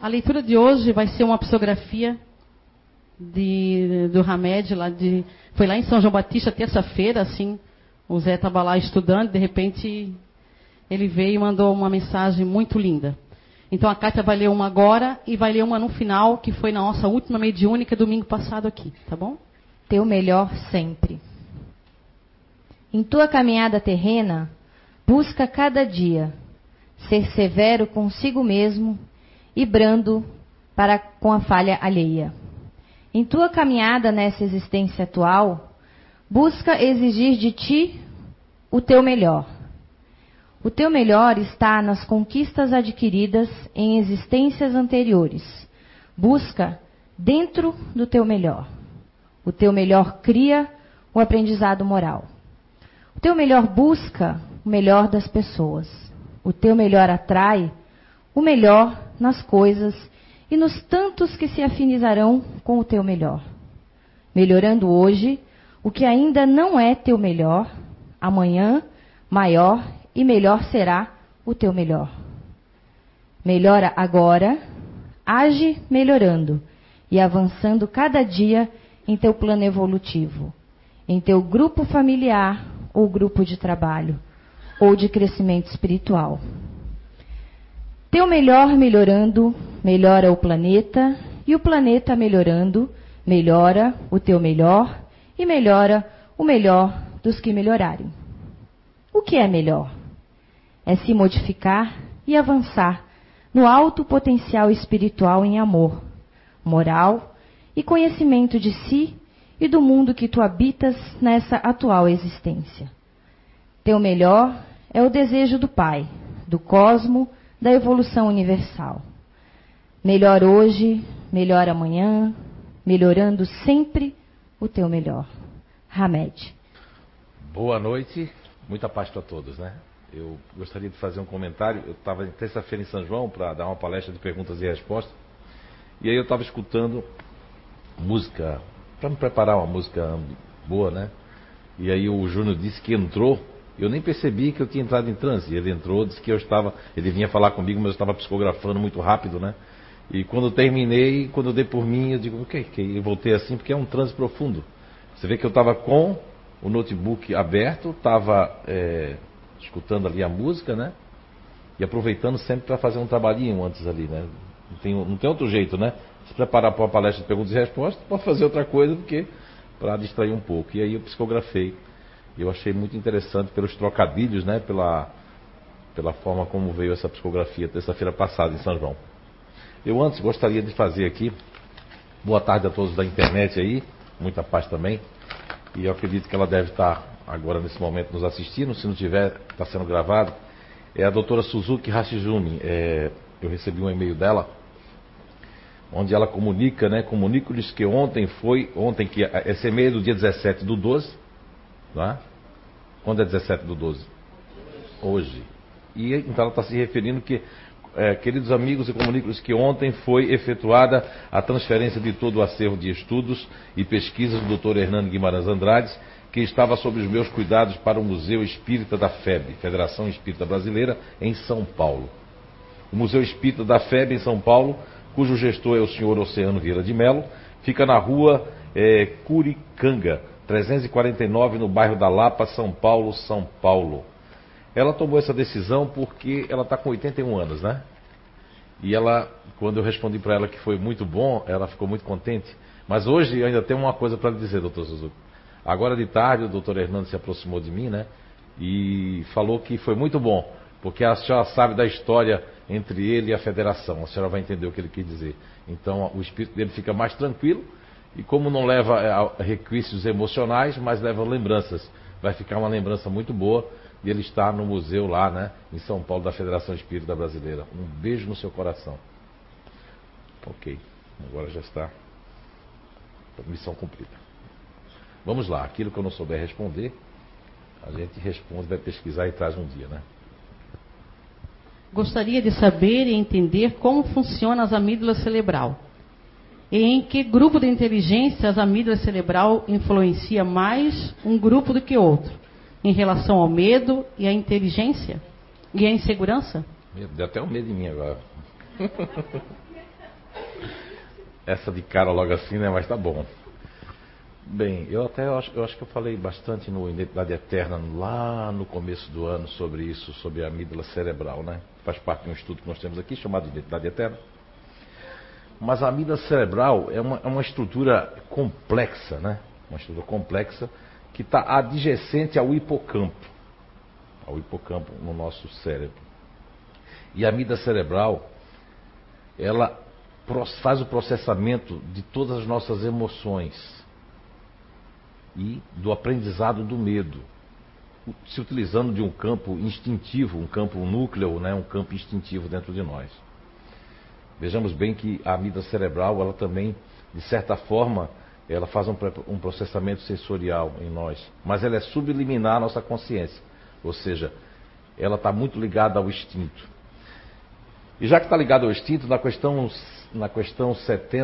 A leitura de hoje vai ser uma psicografia do Hamed, foi lá em São João Batista, terça-feira, assim, o Zé estava lá estudando, de repente ele veio e mandou uma mensagem muito linda. Então a Kátia vai ler uma agora e vai ler uma no final, que foi na nossa última mediúnica, domingo passado aqui, tá bom? Teu melhor sempre. Em tua caminhada terrena, busca cada dia ser severo consigo mesmo e brando com a falha alheia. Em tua caminhada nessa existência atual, busca exigir de ti o teu melhor. O teu melhor está nas conquistas adquiridas em existências anteriores. Busca dentro do teu melhor. O teu melhor cria o aprendizado moral. O teu melhor busca o melhor das pessoas. O teu melhor atrai o melhor nas coisas e nos tantos que se afinizarão com o teu melhor. Melhorando hoje o que ainda não é teu melhor, amanhã maior e melhor será o teu melhor. Melhora agora, age melhorando e avançando cada dia em teu plano evolutivo, em teu grupo familiar ou grupo de trabalho, ou de crescimento espiritual. Teu melhor melhorando, melhora o planeta, e o planeta melhorando, melhora o teu melhor e melhora o melhor dos que melhorarem. O que é melhor? É se modificar e avançar no alto potencial espiritual em amor, moral e conhecimento de si e do mundo que tu habitas nessa atual existência. Teu melhor é o desejo do Pai, do cosmo, da evolução universal. Melhor hoje, melhor amanhã, melhorando sempre o teu melhor. Hamed. Boa noite, muita paz para todos, né? Eu gostaria de fazer um comentário. Eu estava terça-feira em São João para dar uma palestra de perguntas e respostas. E aí eu estava escutando música, para me preparar uma música boa, né? E aí o Júnior disse que entrou. Eu nem percebi que eu tinha entrado em transe. Ele entrou, disse que ele vinha falar comigo, mas eu estava psicografando muito rápido, né? E quando eu terminei, quando eu dei por mim, eu digo, ok, eu voltei assim porque é um transe profundo. Você vê que eu estava com o notebook aberto, estava escutando ali a música, né? E aproveitando sempre para fazer um trabalhinho antes ali, né? Não tem outro jeito, né? Se preparar para uma palestra de perguntas e respostas, pode fazer outra coisa do que para distrair um pouco. E aí eu psicografei. Eu achei muito interessante pelos trocadilhos, né? Pela forma como veio essa psicografia terça-feira passada em São João. Eu antes gostaria de fazer aqui, boa tarde a todos da internet aí, muita paz também. E eu acredito que ela deve estar agora nesse momento nos assistindo, se não tiver, está sendo gravado. É a doutora Suzuki Hashizumi. Eu recebi um e-mail dela, onde ela comunica, né? Comunico-lhes que ontem, que esse e-mail é do dia 17/12, tá? Quando é 17/12? Hoje. E então ela está se referindo que, queridos amigos, e comunico-lhes que ontem foi efetuada a transferência de todo o acervo de estudos e pesquisas do Dr. Hernando Guimarães Andrade, que estava sob os meus cuidados para o Museu Espírita da FEB, Federação Espírita Brasileira, em São Paulo. O Museu Espírita da FEB, em São Paulo, cujo gestor é o senhor Oceano Vieira de Melo, fica na rua Curicanga, 349, no bairro da Lapa, São Paulo, São Paulo. Ela tomou essa decisão porque ela está com 81 anos, né? E ela, quando eu respondi para ela que foi muito bom, ela ficou muito contente. Mas hoje eu ainda tenho uma coisa para lhe dizer, doutor Suzuki. Agora de tarde o doutor Hernando se aproximou de mim, né? E falou que foi muito bom, porque a senhora sabe da história entre ele e a federação. A senhora vai entender o que ele quis dizer. Então o espírito dele fica mais tranquilo. E como não leva a requisitos emocionais, mas leva lembranças. Vai ficar uma lembrança muito boa. E ele está no museu lá, né, em São Paulo, da Federação Espírita Brasileira. Um beijo no seu coração. Ok, agora já está. Missão cumprida. Vamos lá, aquilo que eu não souber responder, a gente responde, vai pesquisar e traz um dia, né? Gostaria de saber e entender como funciona as amígdalas cerebral. E em que grupo de inteligência as amígdalas cerebral influencia mais um grupo do que outro? Em relação ao medo e à inteligência? E à insegurança? Deu até um medo em mim agora. essa de cara logo assim, né? Mas tá bom. Bem, eu acho que eu falei bastante no Identidade Eterna, lá no começo do ano, sobre isso, sobre a amígdala cerebral, né? Faz parte de um estudo que nós temos aqui, chamado Identidade Eterna. Mas a amígdala cerebral é uma estrutura complexa, né? Uma estrutura complexa que está adjacente ao hipocampo no nosso cérebro. E a amígdala cerebral, ela faz o processamento de todas as nossas emoções e do aprendizado do medo, se utilizando de um campo instintivo, um campo núcleo, né? Um campo instintivo dentro de nós. Vejamos bem que a amígdala cerebral, ela também, de certa forma, ela faz um processamento sensorial em nós, mas ela é subliminar à nossa consciência, ou seja, ela está muito ligada ao instinto. E já que está ligada ao instinto, na questão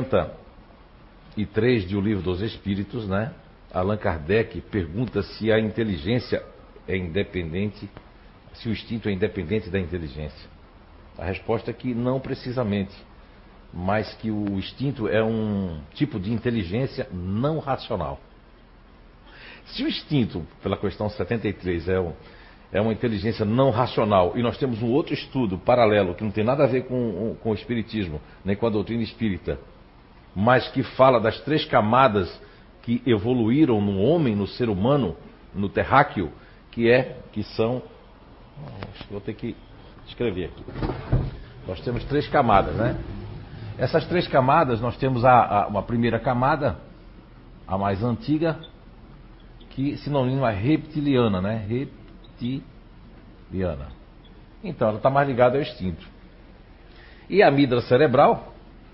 73 de O Livro dos Espíritos, né, Allan Kardec pergunta se a inteligência é independente, se o instinto é independente da inteligência. A resposta é que não precisamente, mas que o instinto é um tipo de inteligência não racional. Se o instinto, pela questão 73, é uma inteligência não racional, e nós temos um outro estudo paralelo, que não tem nada a ver com o espiritismo, nem com a doutrina espírita, mas que fala das 3 camadas que evoluíram no homem, no ser humano, no terráqueo, que são... Acho que vou ter que escrever aqui. Nós temos 3 camadas, né? Essas 3 camadas, nós temos uma primeira camada, a mais antiga, que sinônimo é reptiliana, né? Reptiliana. Então, ela está mais ligada ao instinto. E a amígdala cerebral,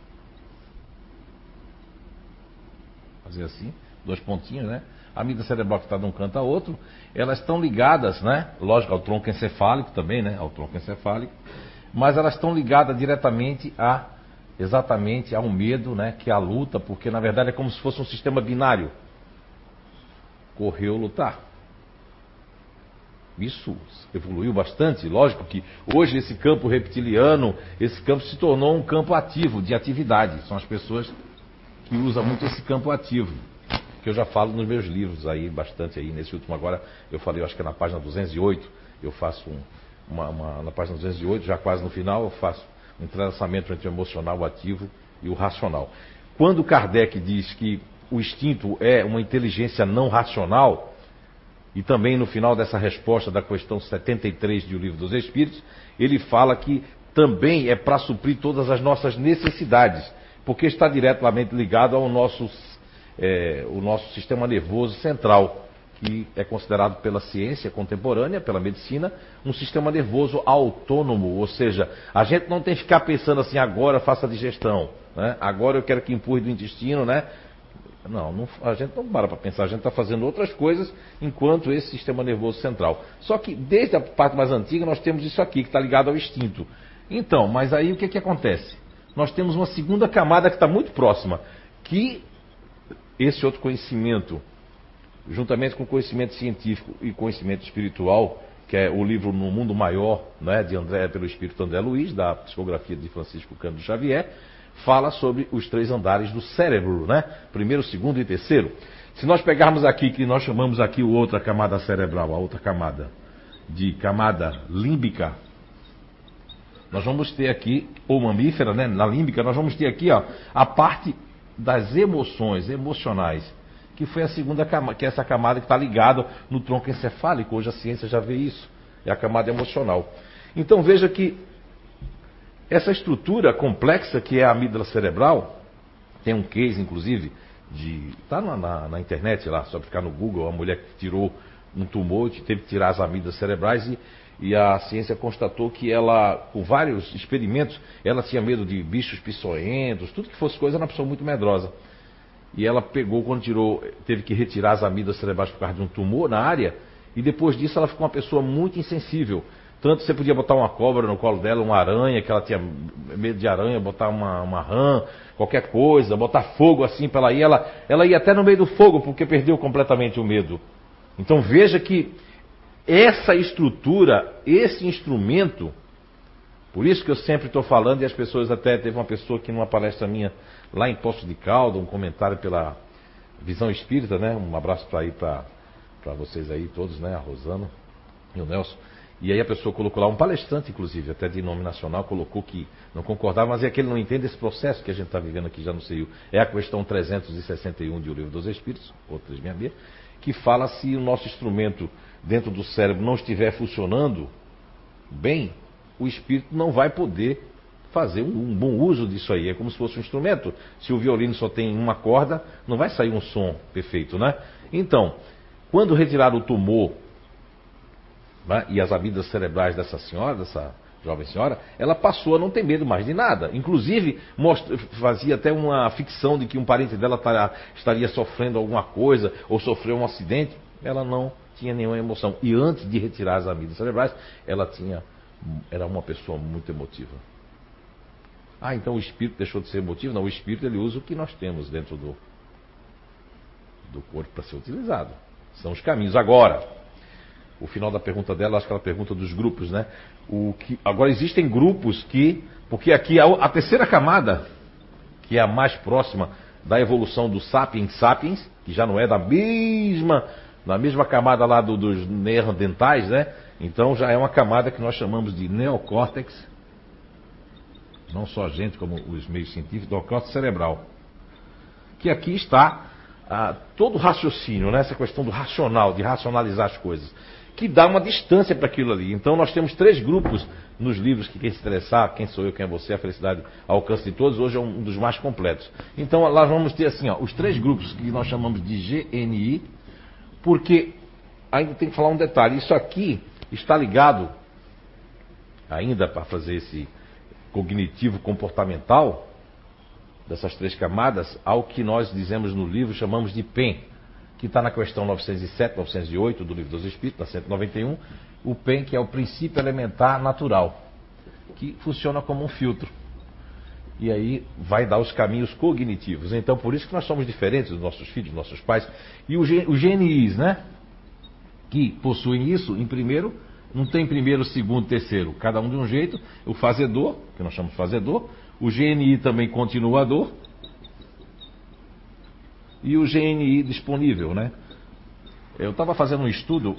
fazer assim, 2 pontinhos, né? A amígdala cerebral que está de um canto a outro, elas estão ligadas, né? Lógico, ao tronco encefálico também, né? Ao tronco encefálico. Mas elas estão ligadas diretamente exatamente ao medo, né? Que é a luta, porque na verdade é como se fosse um sistema binário. Correr ou lutar. Isso evoluiu bastante. Lógico que hoje esse campo reptiliano, esse campo se tornou um campo ativo, de atividade. São as pessoas que usam muito esse campo ativo, que eu já falo nos meus livros aí, bastante aí. Nesse último agora, eu falei, eu acho que é na página 208, eu faço na página 208, já quase no final, eu faço um entrelaçamento entre o emocional, o ativo e o racional. Quando Kardec diz que o instinto é uma inteligência não racional, e também no final dessa resposta da questão 73 do Livro dos Espíritos, ele fala que também é para suprir todas as nossas necessidades, porque está diretamente ligado ao nosso sistema nervoso central, que é considerado pela ciência contemporânea, pela medicina, um sistema nervoso autônomo, ou seja, a gente não tem que ficar pensando assim, agora faça a digestão, né? Agora eu quero que empurre do intestino, né? Não, a gente não para pensar, a gente está fazendo outras coisas enquanto esse sistema nervoso central. Só que desde a parte mais antiga nós temos isso aqui, que está ligado ao instinto. Então, mas aí o que acontece? Nós temos uma segunda camada que está muito próxima, que esse outro conhecimento, juntamente com o conhecimento científico e conhecimento espiritual, que é o livro No Mundo Maior, né, de André, pelo Espírito André Luiz, da psicografia de Francisco Cândido Xavier, fala sobre os 3 andares do cérebro, né? Primeiro, segundo e terceiro. Se nós pegarmos aqui, que nós chamamos aqui outra camada cerebral, a outra camada, de camada límbica, nós vamos ter aqui, ou mamífera, né? Na límbica, nós vamos ter aqui, ó, a parte das emoções, emocionais, que foi a segunda camada, que é essa camada que está ligada no tronco encefálico. Hoje a ciência já vê isso, é a camada emocional. Então veja que essa estrutura complexa que é a amígdala cerebral, tem um case inclusive, está na internet lá, só ficar no Google, a mulher que tirou um tumor, teve que tirar as amígdalas cerebrais e a ciência constatou que ela, com vários experimentos, ela tinha medo de bichos peçonhentos, tudo que fosse coisa, era uma pessoa muito medrosa. E ela pegou, quando teve que retirar as amígdalas cerebrais por causa de um tumor na área, e depois disso ela ficou uma pessoa muito insensível. Tanto você podia botar uma cobra no colo dela, uma aranha, que ela tinha medo de aranha, botar uma rã, qualquer coisa, botar fogo assim para ela ir. Ela ia até no meio do fogo, porque perdeu completamente o medo. Então veja que essa estrutura, esse instrumento, Por isso que eu sempre estou falando, e as pessoas até, teve uma pessoa que numa palestra minha, lá em Poços de Caldas, um comentário pela Visão Espírita, né? Um abraço para ir para vocês aí todos, né? A Rosana e o Nelson. E aí a pessoa colocou lá, um palestrante inclusive, até de nome nacional, colocou que não concordava, mas é que ele não entende esse processo que a gente está vivendo aqui já no CEIU. É a questão 361 de O Livro dos Espíritos, ou 366, que fala se o nosso instrumento dentro do cérebro não estiver funcionando bem, o espírito não vai poder fazer um bom uso disso aí. É como se fosse um instrumento. Se o violino só tem uma corda, não vai sair um som perfeito, né? Então, quando retiraram o tumor, né, e as amígdalas cerebrais dessa senhora, dessa jovem senhora, ela passou a não ter medo mais de nada. Inclusive, fazia até uma ficção de que um parente dela estaria sofrendo alguma coisa ou sofreu um acidente. Ela não tinha nenhuma emoção. E antes de retirar as amígdalas cerebrais, era uma pessoa muito emotiva. Ah, então o espírito deixou de ser emotivo? Não, o espírito ele usa o que nós temos dentro do corpo para ser utilizado. São os caminhos. Agora, o final da pergunta dela, acho que ela pergunta dos grupos, né? Agora existem grupos porque aqui a terceira camada, que é a mais próxima da evolução do Sapiens Sapiens, que já não é da mesma camada lá dos neandertais, né? Então já é uma camada que nós chamamos de neocórtex, não só a gente, como os meios científicos, do córtex cerebral. Que aqui está todo o raciocínio, né? Essa questão do racional, de racionalizar as coisas, que dá uma distância para aquilo ali. Então nós temos 3 grupos nos livros que quem se interessar, quem sou eu, quem é você, a felicidade ao alcance de todos, hoje é um dos mais completos. Então lá vamos ter assim, os 3 grupos que nós chamamos de GNI, porque ainda tem que falar um detalhe, isso aqui está ligado, ainda para fazer esse cognitivo comportamental, dessas 3 camadas, ao que nós dizemos no livro, chamamos de PEN, que está na questão 907, 908 do Livro dos Espíritos, na 191, o PEN, que é o princípio elementar natural, que funciona como um filtro. E aí vai dar os caminhos cognitivos. Então, por isso que nós somos diferentes dos nossos filhos, dos nossos pais. E os GNIs, né? Que possuem isso, em primeiro, não tem primeiro, segundo, terceiro, cada um de um jeito. O fazedor, que nós chamamos de fazedor, o GNI também continuador, e o GNI disponível, né? Eu estava fazendo um estudo,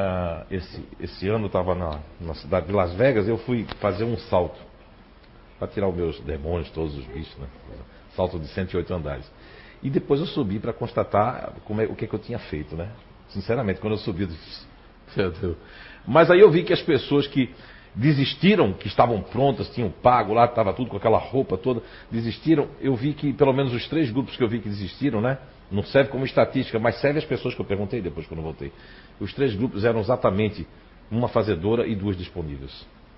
esse ano eu estava na cidade de Las Vegas, eu fui fazer um salto, para tirar os meus demônios, todos os bichos, né? Salto de 108 andares. E depois eu subi para constatar o que eu tinha feito, né? Sinceramente, quando eu subi, eu disse, meu Deus. Mas aí eu vi que as pessoas que desistiram, que estavam prontas, tinham pago lá, estava tudo com aquela roupa toda, desistiram. Eu vi que pelo menos os 3 grupos que eu vi que desistiram, né? Não serve como estatística, mas serve as pessoas que eu perguntei depois quando eu voltei. Os 3 grupos eram exatamente uma fazedora e 2 disponíveis,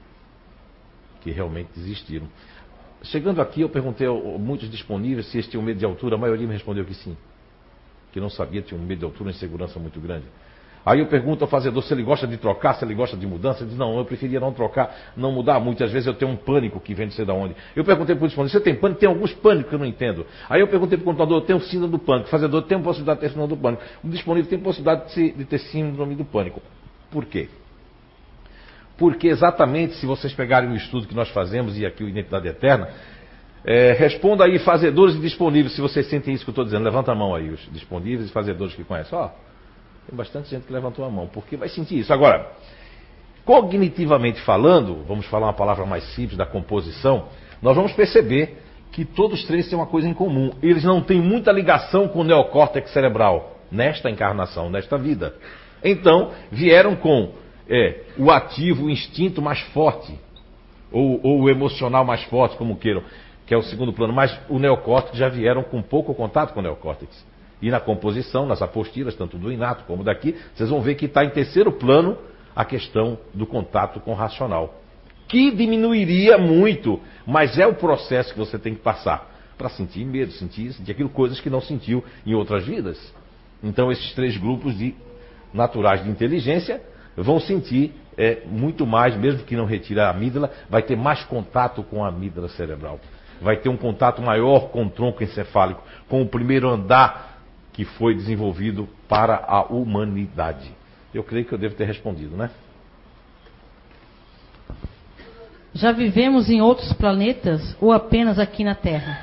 que realmente desistiram. Chegando aqui, eu perguntei a muitos disponíveis se eles tinham medo de altura, a maioria me respondeu que sim, que não sabia, tinha um medo de altura, uma insegurança muito grande. Aí eu pergunto ao fazedor se ele gosta de trocar, se ele gosta de mudança. Ele diz, não, eu preferia não trocar, não mudar. Muitas vezes eu tenho um pânico que vem de sei de onde. Eu perguntei para o disponível, você tem pânico? Tem alguns pânicos que eu não entendo. Aí eu perguntei para o contador, eu tenho síndrome do pânico. O fazedor tem possibilidade de ter síndrome do pânico. O disponível tem possibilidade de ter síndrome do pânico. Por quê? Porque exatamente, se vocês pegarem o estudo que nós fazemos, e aqui o Identidade Eterna, responda aí, fazedores e disponíveis, se vocês sentem isso que eu estou dizendo. Levanta a mão aí, os disponíveis e fazedores que conhecem. Tem bastante gente que levantou a mão, porque vai sentir isso. Agora, cognitivamente falando, vamos falar uma palavra mais simples da composição, nós vamos perceber que todos 3 têm uma coisa em comum. Eles não têm muita ligação com o neocórtex cerebral, nesta encarnação, nesta vida. Então, vieram com o ativo, o instinto mais forte, ou o emocional mais forte, como queiram, que é o segundo plano. Mas o neocórtex já vieram com pouco contato com o neocórtex. E na composição, nas apostilas, tanto do inato como daqui, vocês vão ver que está em terceiro plano a questão do contato com o racional. Que diminuiria muito, mas é o processo que você tem que passar para sentir medo, sentir aquilo, coisas que não sentiu em outras vidas. Então esses 3 grupos naturais de inteligência vão sentir muito mais, mesmo que não retire a amígdala, vai ter mais contato com a amígdala cerebral. Vai ter um contato maior com o tronco encefálico, com o primeiro andar que foi desenvolvido para a humanidade. Eu creio que eu devo ter respondido, né? Já vivemos em outros planetas ou apenas aqui na Terra?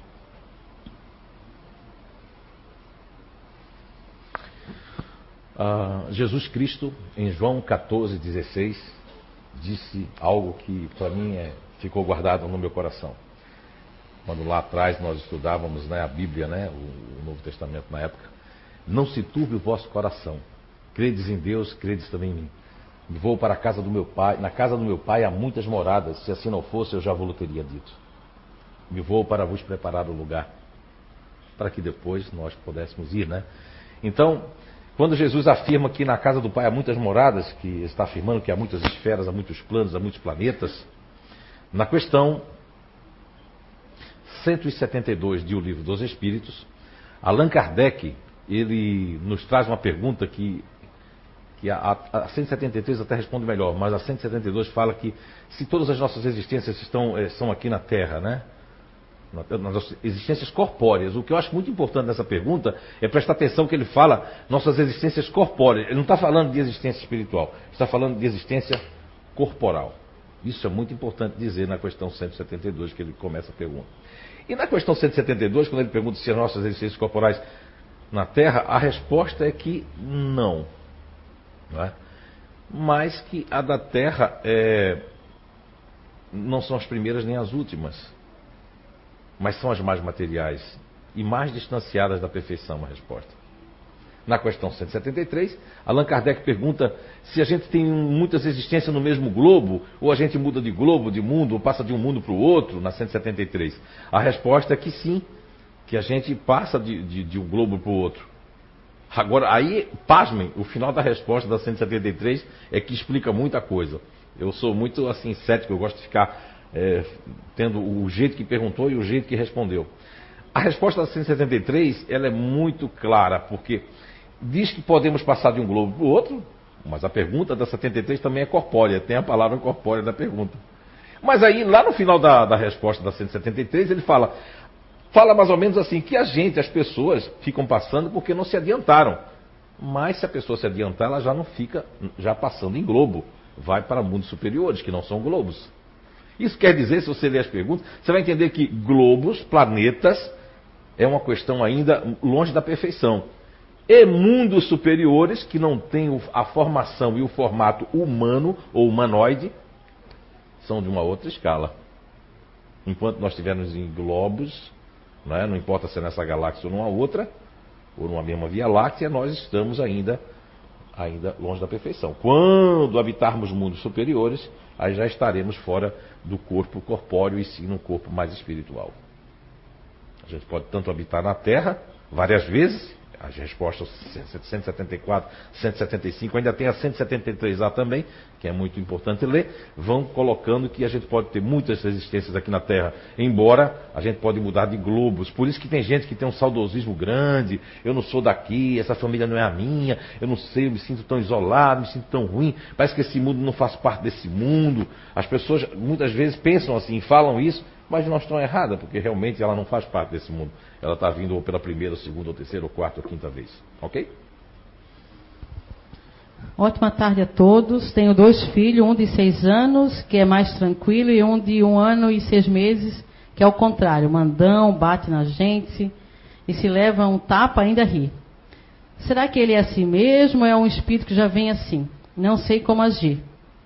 Jesus Cristo, em João 14,16, disse algo que para mim ficou guardado no meu coração. Quando lá atrás nós estudávamos, né, a Bíblia, né, o Novo Testamento na época. Não se turbe o vosso coração. Credes em Deus, credes também em mim. Vou para a casa do meu pai. Na casa do meu pai há muitas moradas. Se assim não fosse, eu já vos teria dito. Me vou para vos preparar o lugar, para que depois nós pudéssemos ir, né? Então, quando Jesus afirma que na casa do Pai há muitas moradas, que está afirmando que há muitas esferas, há muitos planos, há muitos planetas, na questão 172 de O Livro dos Espíritos, Allan Kardec, ele nos traz uma pergunta que a 173 até responde melhor, mas a 172 fala que se todas as nossas existências são aqui na Terra, né? Nas existências corpóreas. O que eu acho muito importante nessa pergunta é prestar atenção que ele fala nossas existências corpóreas. Ele não está falando de existência espiritual, está falando de existência corporal. Isso é muito importante dizer na questão 172, que ele começa a pergunta. E na questão 172, quando ele pergunta se as nossas existências corporais na Terra, a resposta é que não. Não é? Mas que a da Terra não são as primeiras nem as últimas, mas são as mais materiais e mais distanciadas da perfeição, a resposta. Na questão 173, Allan Kardec pergunta se a gente tem muitas existências no mesmo globo, ou a gente muda de globo, de mundo, ou passa de um mundo para o outro, na 173. A resposta é que sim, que a gente passa de um globo para o outro. Agora, aí, pasmem, o final da resposta da 173 é que explica muita coisa. Eu sou muito assim cético, eu gosto de ficar tendo o jeito que perguntou e o jeito que respondeu. A resposta da 173 ela é muito clara, porque diz que podemos passar de um globo para o outro, mas a pergunta da 73 também é corpórea, tem a palavra corpórea da pergunta. Mas aí, lá no final da resposta da 173, ele fala mais ou menos assim, que as pessoas ficam passando porque não se adiantaram. Mas se a pessoa se adiantar, ela já não fica já passando em globo, vai para mundos superiores, que não são globos. Isso quer dizer, se você ler as perguntas, você vai entender que globos, planetas, é uma questão ainda longe da perfeição. E mundos superiores, que não têm a formação e o formato humano ou humanoide, são de uma outra escala. Enquanto nós estivermos em globos, não importa se é nessa galáxia ou numa outra, ou numa mesma Via Láctea, nós estamos ainda longe da perfeição. Quando habitarmos mundos superiores, aí já estaremos fora do corpo corpóreo e sim num corpo mais espiritual. A gente pode tanto habitar na Terra várias vezes, as respostas 174, 175, ainda tem a 173A também, que é muito importante ler, vão colocando que a gente pode ter muitas existências aqui na Terra, embora a gente pode mudar de globos. Por isso que tem gente que tem um saudosismo grande, eu não sou daqui, essa família não é a minha, eu não sei, eu me sinto tão isolado, me sinto tão ruim, parece que esse mundo não faz parte desse mundo. As pessoas muitas vezes pensam assim, falam isso, mas não estão erradas, porque realmente ela não faz parte desse mundo. Ela está vindo ou pela primeira, ou segunda, ou terceira, ou quarta, ou quinta vez. Ok? Ótima tarde a todos. Tenho 2 filhos, um de 6 anos, que é mais tranquilo, e um de 1 ano e 6 meses, que é o contrário. Mandão, bate na gente, e se leva um tapa ainda ri. Será que ele é assim mesmo ou é um espírito que já vem assim? Não sei como agir.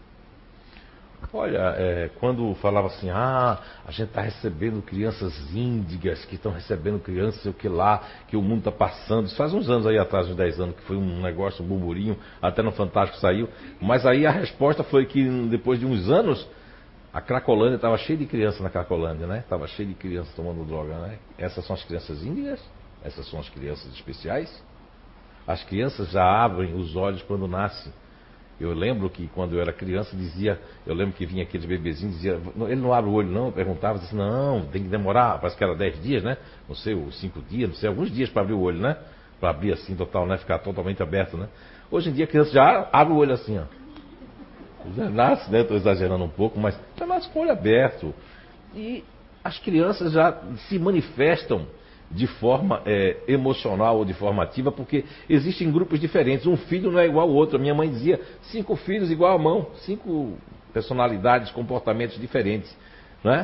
Olha, quando falava assim, a gente está recebendo crianças índigas, que estão recebendo crianças, sei o que lá, que o mundo está passando. Isso faz uns anos aí atrás, uns 10 anos, que foi um negócio, um burburinho, até no Fantástico saiu. Mas aí a resposta foi que depois de uns anos, a Cracolândia estava cheia de crianças na Cracolândia, né? Estava cheia de crianças tomando droga, né? Essas são as crianças índigas? Essas são as crianças especiais? As crianças já abrem os olhos quando nascem. Eu lembro que quando eu era criança eu lembro que vinha aqueles bebezinhos e dizia, ele não abre o olho não, eu perguntava, disse, não, tem que demorar, parece que era 10 dias, né? Não sei, ou 5 dias, não sei, alguns dias para abrir o olho, né? Para abrir assim total, né? Ficar totalmente aberto, né? Hoje em dia a criança já abre o olho assim, ó. Já nasce, né? Estou exagerando um pouco, mas já nasce com o olho aberto. E as crianças já se manifestam de forma emocional ou de forma ativa, porque existem grupos diferentes. Um filho não é igual ao outro. A minha mãe dizia 5 filhos igual a mão, 5 personalidades, comportamentos diferentes, né?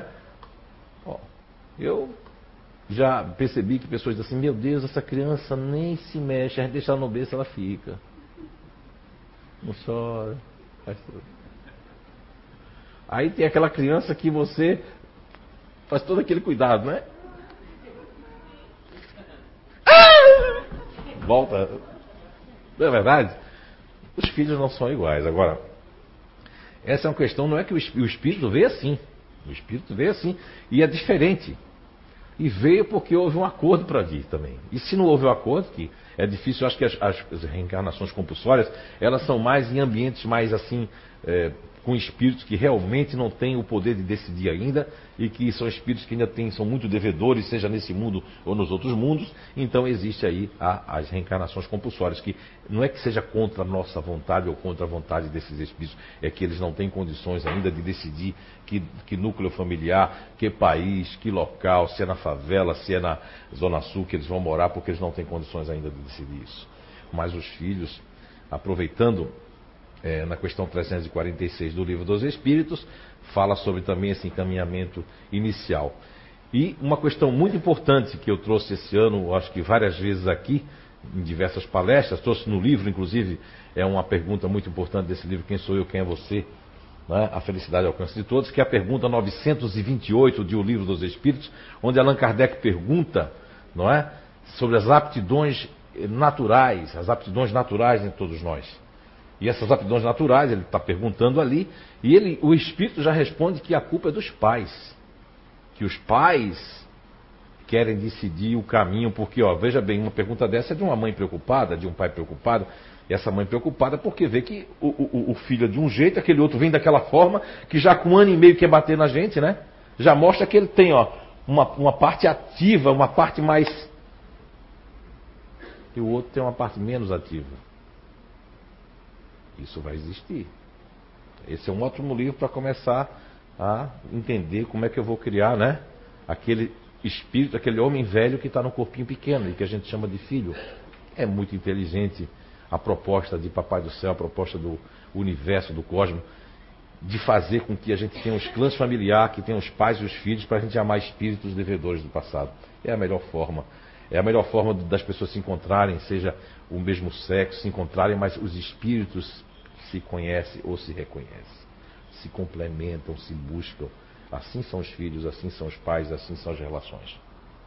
Eu já percebi que pessoas dizem assim, meu Deus, essa criança nem se mexe, a gente deixa ela no berço, ela fica. Não chora, faz tudo. Aí tem aquela criança que você faz todo aquele cuidado, né? Volta. Não é verdade? Os filhos não são iguais. Agora, essa é uma questão, não é que o espírito veio assim. O espírito veio assim. E é diferente. E veio porque houve um acordo para vir também. E se não houve um acordo, que é difícil, eu acho que as reencarnações compulsórias, elas são mais em ambientes mais assim, com espíritos que realmente não têm o poder de decidir ainda, e que são espíritos que ainda são muito devedores, seja nesse mundo ou nos outros mundos. Então existe aí as reencarnações compulsórias, que não é que seja contra a nossa vontade ou contra a vontade desses espíritos, é que eles não têm condições ainda de decidir que núcleo familiar, que país, que local, se é na favela, se é na Zona Sul que eles vão morar, porque eles não têm condições ainda de decidir isso. Mas os filhos, aproveitando, na questão 346 do Livro dos Espíritos, fala sobre também esse encaminhamento inicial. E uma questão muito importante que eu trouxe esse ano, acho que várias vezes aqui, em diversas palestras, trouxe no livro, inclusive, é uma pergunta muito importante desse livro, Quem Sou Eu, Quem é Você? Né? A Felicidade ao Alcance de Todos, que é a pergunta 928 de O Livro dos Espíritos, onde Allan Kardec pergunta, não é, sobre as aptidões naturais em todos nós. E essas aptidões naturais, ele está perguntando ali, e o Espírito já responde que a culpa é dos pais. Que os pais querem decidir o caminho, porque, veja bem, uma pergunta dessa é de uma mãe preocupada, de um pai preocupado, e essa mãe preocupada porque vê que o filho é de um jeito, aquele outro vem daquela forma, que já com 1 ano e meio quer bater na gente, né? Já mostra que ele tem, uma parte ativa, uma parte mais... E o outro tem uma parte menos ativa. Isso vai existir. Esse é um ótimo livro para começar a entender como é que eu vou criar, né? Aquele espírito, aquele homem velho que está no corpinho pequeno e que a gente chama de filho. É muito inteligente a proposta de Papai do Céu, a proposta do universo, do cosmos, de fazer com que a gente tenha os clãs familiares, que tenha os pais e os filhos, para a gente amar espíritos devedores do passado. É a melhor forma. É a melhor forma das pessoas se encontrarem, seja o mesmo sexo, se encontrarem, mas os espíritos se conhecem ou se reconhecem. Se complementam, se buscam. Assim são os filhos, assim são os pais, assim são as relações.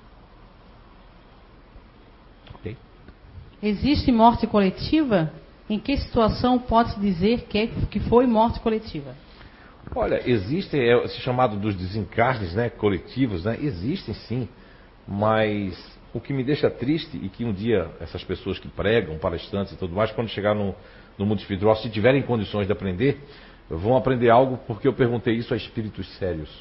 Ok? Existe morte coletiva? Em que situação pode-se dizer que foi morte coletiva? Olha, existem, esse chamado dos desencarnes, né, coletivos, né, existem sim, mas o que me deixa triste, e que um dia essas pessoas que pregam, palestrantes e tudo mais, quando chegar no mundo espiritual, se tiverem condições de aprender, vão aprender algo, porque eu perguntei isso a espíritos sérios.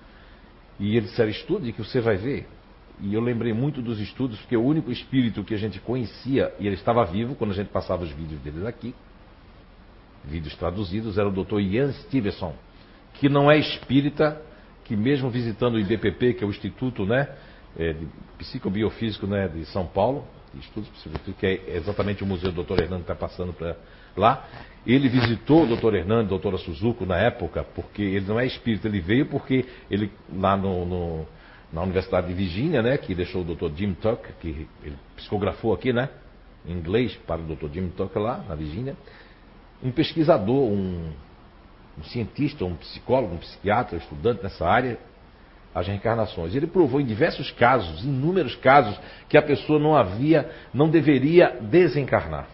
E eles disseram, estude que você vai ver. E eu lembrei muito dos estudos, porque o único espírito que a gente conhecia, e ele estava vivo quando a gente passava os vídeos deles aqui, vídeos traduzidos, era o Dr. Ian Stevenson, que não é espírita, que mesmo visitando o IBPP, que é o Instituto, né, de Psicobiofísico, né, de São Paulo, de Estudos Psicobiofísicos, que é exatamente o museu do Dr. Hernando que está passando para lá. Ele visitou o Dr. Hernando, a doutora Suzuko na época, porque ele não é espírita, ele veio porque ele, lá na Universidade de Virgínia, né, que deixou o Dr. Jim Tucker, que ele psicografou aqui, né, em inglês para o Dr. Jim Tucker lá na Virgínia, um pesquisador, um cientista, um psicólogo, um psiquiatra, estudante nessa área, as reencarnações. Ele provou em diversos casos, inúmeros casos, que a pessoa não deveria desencarnar.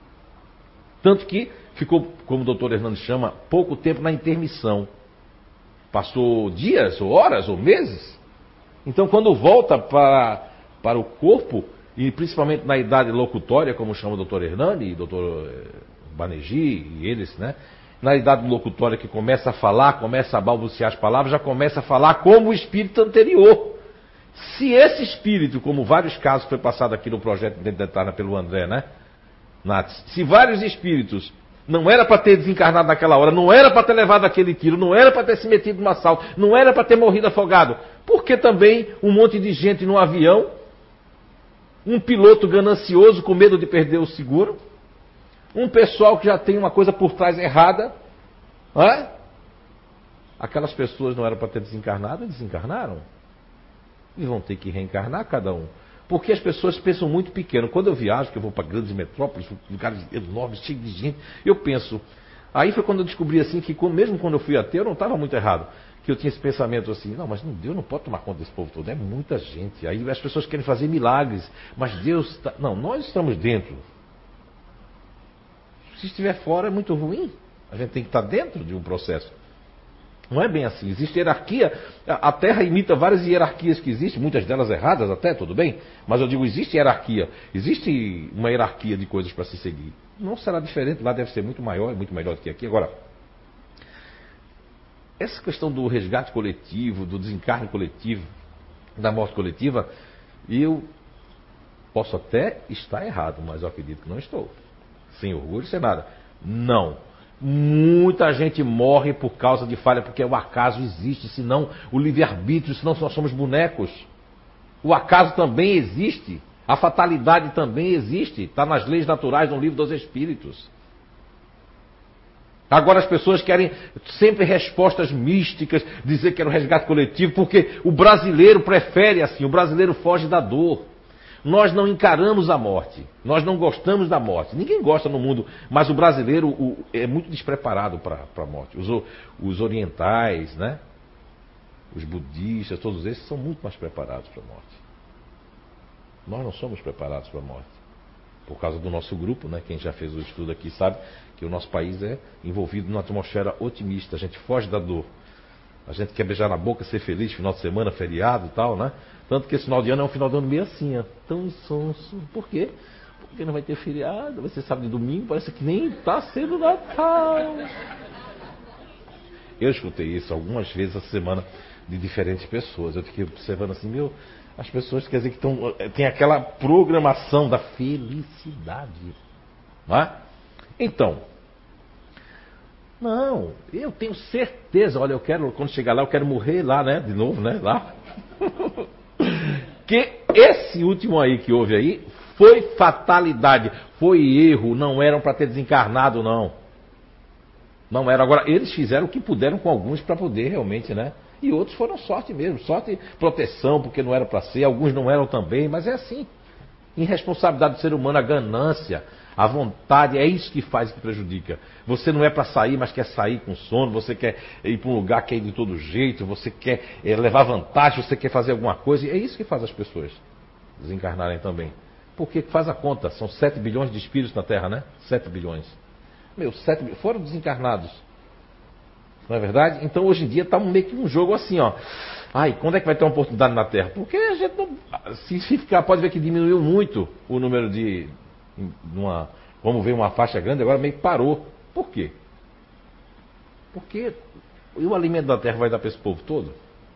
Tanto que ficou, como o doutor Hernando chama, pouco tempo na intermissão. Passou dias, ou horas, ou meses. Então, quando volta para o corpo, e principalmente na idade locutória, como chama o doutor Hernani e o doutor Banerjee e eles, né? Na idade locutória que começa a falar, começa a balbuciar as palavras, já começa a falar como o espírito anterior. Se esse espírito, como vários casos foi passado aqui no projeto de Detalhe pelo André, né? Nats, se vários espíritos não era para ter desencarnado naquela hora, não era para ter levado aquele tiro, não era para ter se metido num assalto, não era para ter morrido afogado, por que também um monte de gente no avião, um piloto ganancioso com medo de perder o seguro, um pessoal que já tem uma coisa por trás errada, não é? Aquelas pessoas não eram para ter desencarnado e desencarnaram. E vão ter que reencarnar cada um. Porque as pessoas pensam muito pequeno. Quando eu viajo, que eu vou para grandes metrópoles, lugares enormes, cheios de gente, eu penso... Aí foi quando eu descobri assim que mesmo quando eu fui ateu, eu não estava muito errado. Que eu tinha esse pensamento assim, não, mas Deus não pode tomar conta desse povo todo, é muita gente. Aí as pessoas querem fazer milagres, mas Deus está... Não, nós estamos dentro. Se estiver fora é muito ruim. A gente tem que estar dentro de um processo. Não é bem assim, existe hierarquia. A Terra imita várias hierarquias que existem, muitas delas erradas até, tudo bem. Mas eu digo, existe hierarquia. Existe uma hierarquia de coisas para se seguir. Não será diferente, lá deve ser muito maior e muito melhor do que aqui. Agora, essa questão do resgate coletivo, do desencarne coletivo, da morte coletiva, eu posso até estar errado, mas eu acredito que não estou. Sem orgulho, sem nada. Não. Muita gente morre por causa de falha, porque o acaso existe, senão o livre-arbítrio, senão nós somos bonecos. O acaso também existe, a fatalidade também existe, está nas leis naturais do livro dos Espíritos. Agora as pessoas querem sempre respostas místicas, dizer que era o resgate coletivo, porque o brasileiro prefere assim, o brasileiro foge da dor. Nós não encaramos a morte, nós não gostamos da morte. Ninguém gosta no mundo, mas o brasileiro é muito despreparado para a morte. Os orientais, né? Os budistas, todos esses são muito mais preparados para a morte. Nós não somos preparados para a morte. Por causa do nosso grupo, né? Quem já fez o estudo aqui sabe que o nosso país é envolvido numa atmosfera otimista. A gente foge da dor. A gente quer beijar na boca, ser feliz, final de semana, feriado e tal, né? Tanto que esse final de ano é um final de ano meio assim, ó, tão insonso. Por quê? Porque não vai ter feriado, vai ser sábado e domingo, parece que nem está sendo Natal. Eu escutei isso algumas vezes essa semana de diferentes pessoas. Eu fiquei observando assim, as pessoas quer dizer que tem aquela programação da felicidade. Não é? Então, não, eu tenho certeza, olha, quando chegar lá, eu quero morrer lá, né? De novo, né? Lá. Que esse último aí que houve aí foi fatalidade, foi erro, não eram para ter desencarnado, não. Não era. Agora, eles fizeram o que puderam com alguns para poder realmente, né? E outros foram sorte mesmo, sorte, proteção, porque não era para ser, alguns não eram também, mas é assim. Irresponsabilidade do ser humano, a ganância, a vontade, é isso que faz e que prejudica. Você não é para sair, mas quer sair com sono, você quer ir para um lugar, quer ir de todo jeito, você quer levar vantagem, você quer fazer alguma coisa, e é isso que faz as pessoas desencarnarem também. Porque faz a conta, são 7 bilhões de espíritos na Terra, né? 7 bilhões. 7 bilhões foram desencarnados. Não é verdade? Então hoje em dia está meio que um jogo assim, ó. Ai, quando é que vai ter uma oportunidade na Terra? Porque a gente não. Se ficar, pode ver que diminuiu muito o número vamos ver uma faixa grande, agora meio que parou. Por quê? Porque o alimento da Terra vai dar para esse povo todo?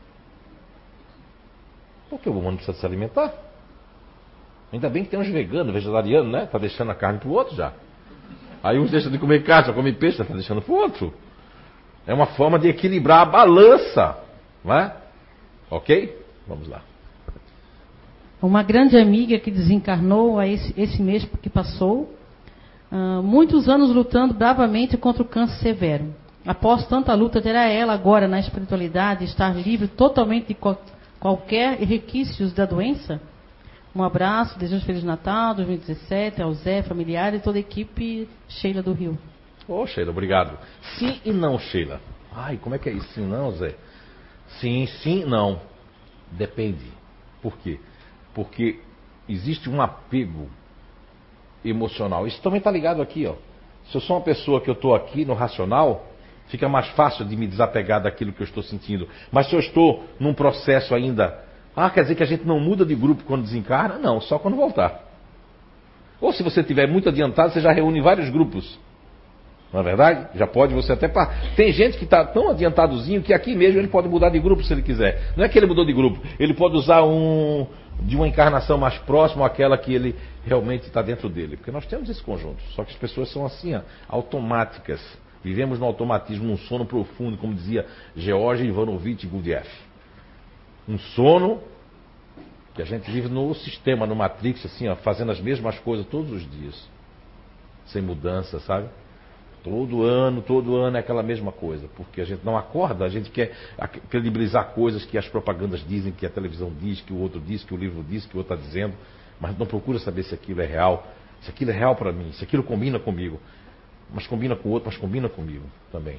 Porque o humano precisa se alimentar. Ainda bem que tem uns veganos, vegetarianos, né? Tá deixando a carne pro outro já. Aí uns deixam de comer carne, só come peixe, tá deixando pro outro. É uma forma de equilibrar a balança, não é? Ok? Vamos lá. Uma grande amiga que desencarnou esse mês que passou, muitos anos lutando bravamente contra o câncer severo. Após tanta luta, terá ela agora na espiritualidade estar livre totalmente de qualquer requisitos da doença? Um abraço, desejo Feliz Natal 2017 ao Zé, familiar e toda a equipe Sheila do Rio. Ô, Sheila, obrigado. Sim e não, Sheila. Ai, como é que é isso? Sim, não, Zé? Sim, não. Depende. Por quê? Porque existe um apego emocional. Isso também está ligado aqui, ó. Se eu sou uma pessoa que eu estou aqui no racional, fica mais fácil de me desapegar daquilo que eu estou sentindo. Mas se eu estou num processo ainda... quer dizer que a gente não muda de grupo quando desencarna? Não, só quando voltar. Ou se você estiver muito adiantado, você já reúne vários grupos. Não é verdade? Já pode você até... Tem gente que está tão adiantadozinho que aqui mesmo ele pode mudar de grupo se ele quiser. Não é que ele mudou de grupo. Ele pode usar de uma encarnação mais próxima àquela que ele realmente está dentro dele. Porque nós temos esse conjunto. Só que as pessoas são assim, automáticas. Vivemos no automatismo, num sono profundo, como dizia George Ivanovich Gurdjieff. Um sono que a gente vive no sistema, no Matrix, assim, fazendo as mesmas coisas todos os dias. Sem mudança, sabe? Todo ano é aquela mesma coisa, porque a gente não acorda, a gente quer credibilizar coisas que as propagandas dizem, que a televisão diz, que o outro diz, que o livro diz, que o outro está dizendo, mas não procura saber se aquilo é real, se aquilo é real para mim, se aquilo combina comigo, mas combina com o outro, mas combina comigo também.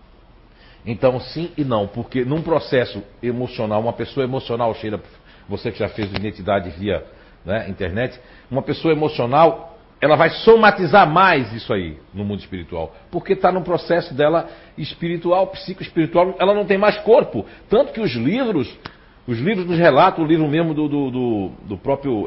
Então sim e não, porque num processo emocional, uma pessoa emocional, Sheila, você que já fez identidade via, né, internet, uma pessoa emocional, ela vai somatizar mais isso aí no mundo espiritual. Porque está num processo dela espiritual, psicoespiritual, ela não tem mais corpo. Tanto que os livros nos relatam, o livro mesmo do próprio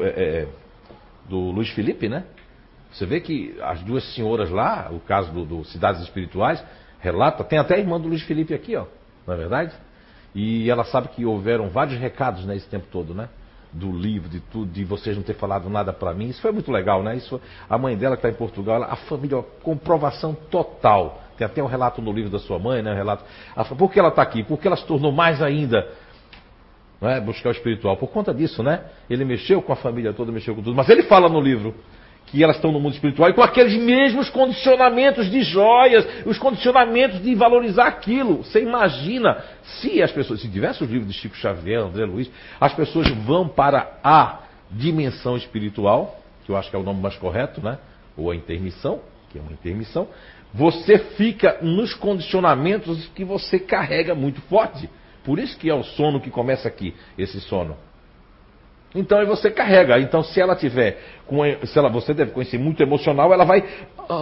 do Luiz Felipe, né? Você vê que as duas senhoras lá, o caso do Cidades Espirituais, relata, tem até a irmã do Luiz Felipe aqui, ó, não é verdade? E ela sabe que houveram vários recados, né, esse tempo todo, né? Do livro, de tudo, de vocês não ter falado nada para mim. Isso foi muito legal, né? Isso, a mãe dela que está em Portugal, a família, ó, comprovação total. Tem até um relato no livro da sua mãe, né? Um relato. Por que ela está aqui? Porque ela se tornou mais ainda, não é? Buscar o espiritual. Por conta disso, né? Ele mexeu com a família toda, mexeu com tudo. Mas ele fala no livro que elas estão no mundo espiritual e com aqueles mesmos condicionamentos de joias, os condicionamentos de valorizar aquilo. Você imagina se as pessoas, se tivesse os livros de Chico Xavier, André Luiz, as pessoas vão para a dimensão espiritual, que eu acho que é o nome mais correto, né? Ou a intermissão, que é uma intermissão. Você fica nos condicionamentos que você carrega muito forte. Por isso que é o sono que começa aqui, esse sono. Então aí você carrega. Então se ela tiver, você deve conhecer muito emocional, ela vai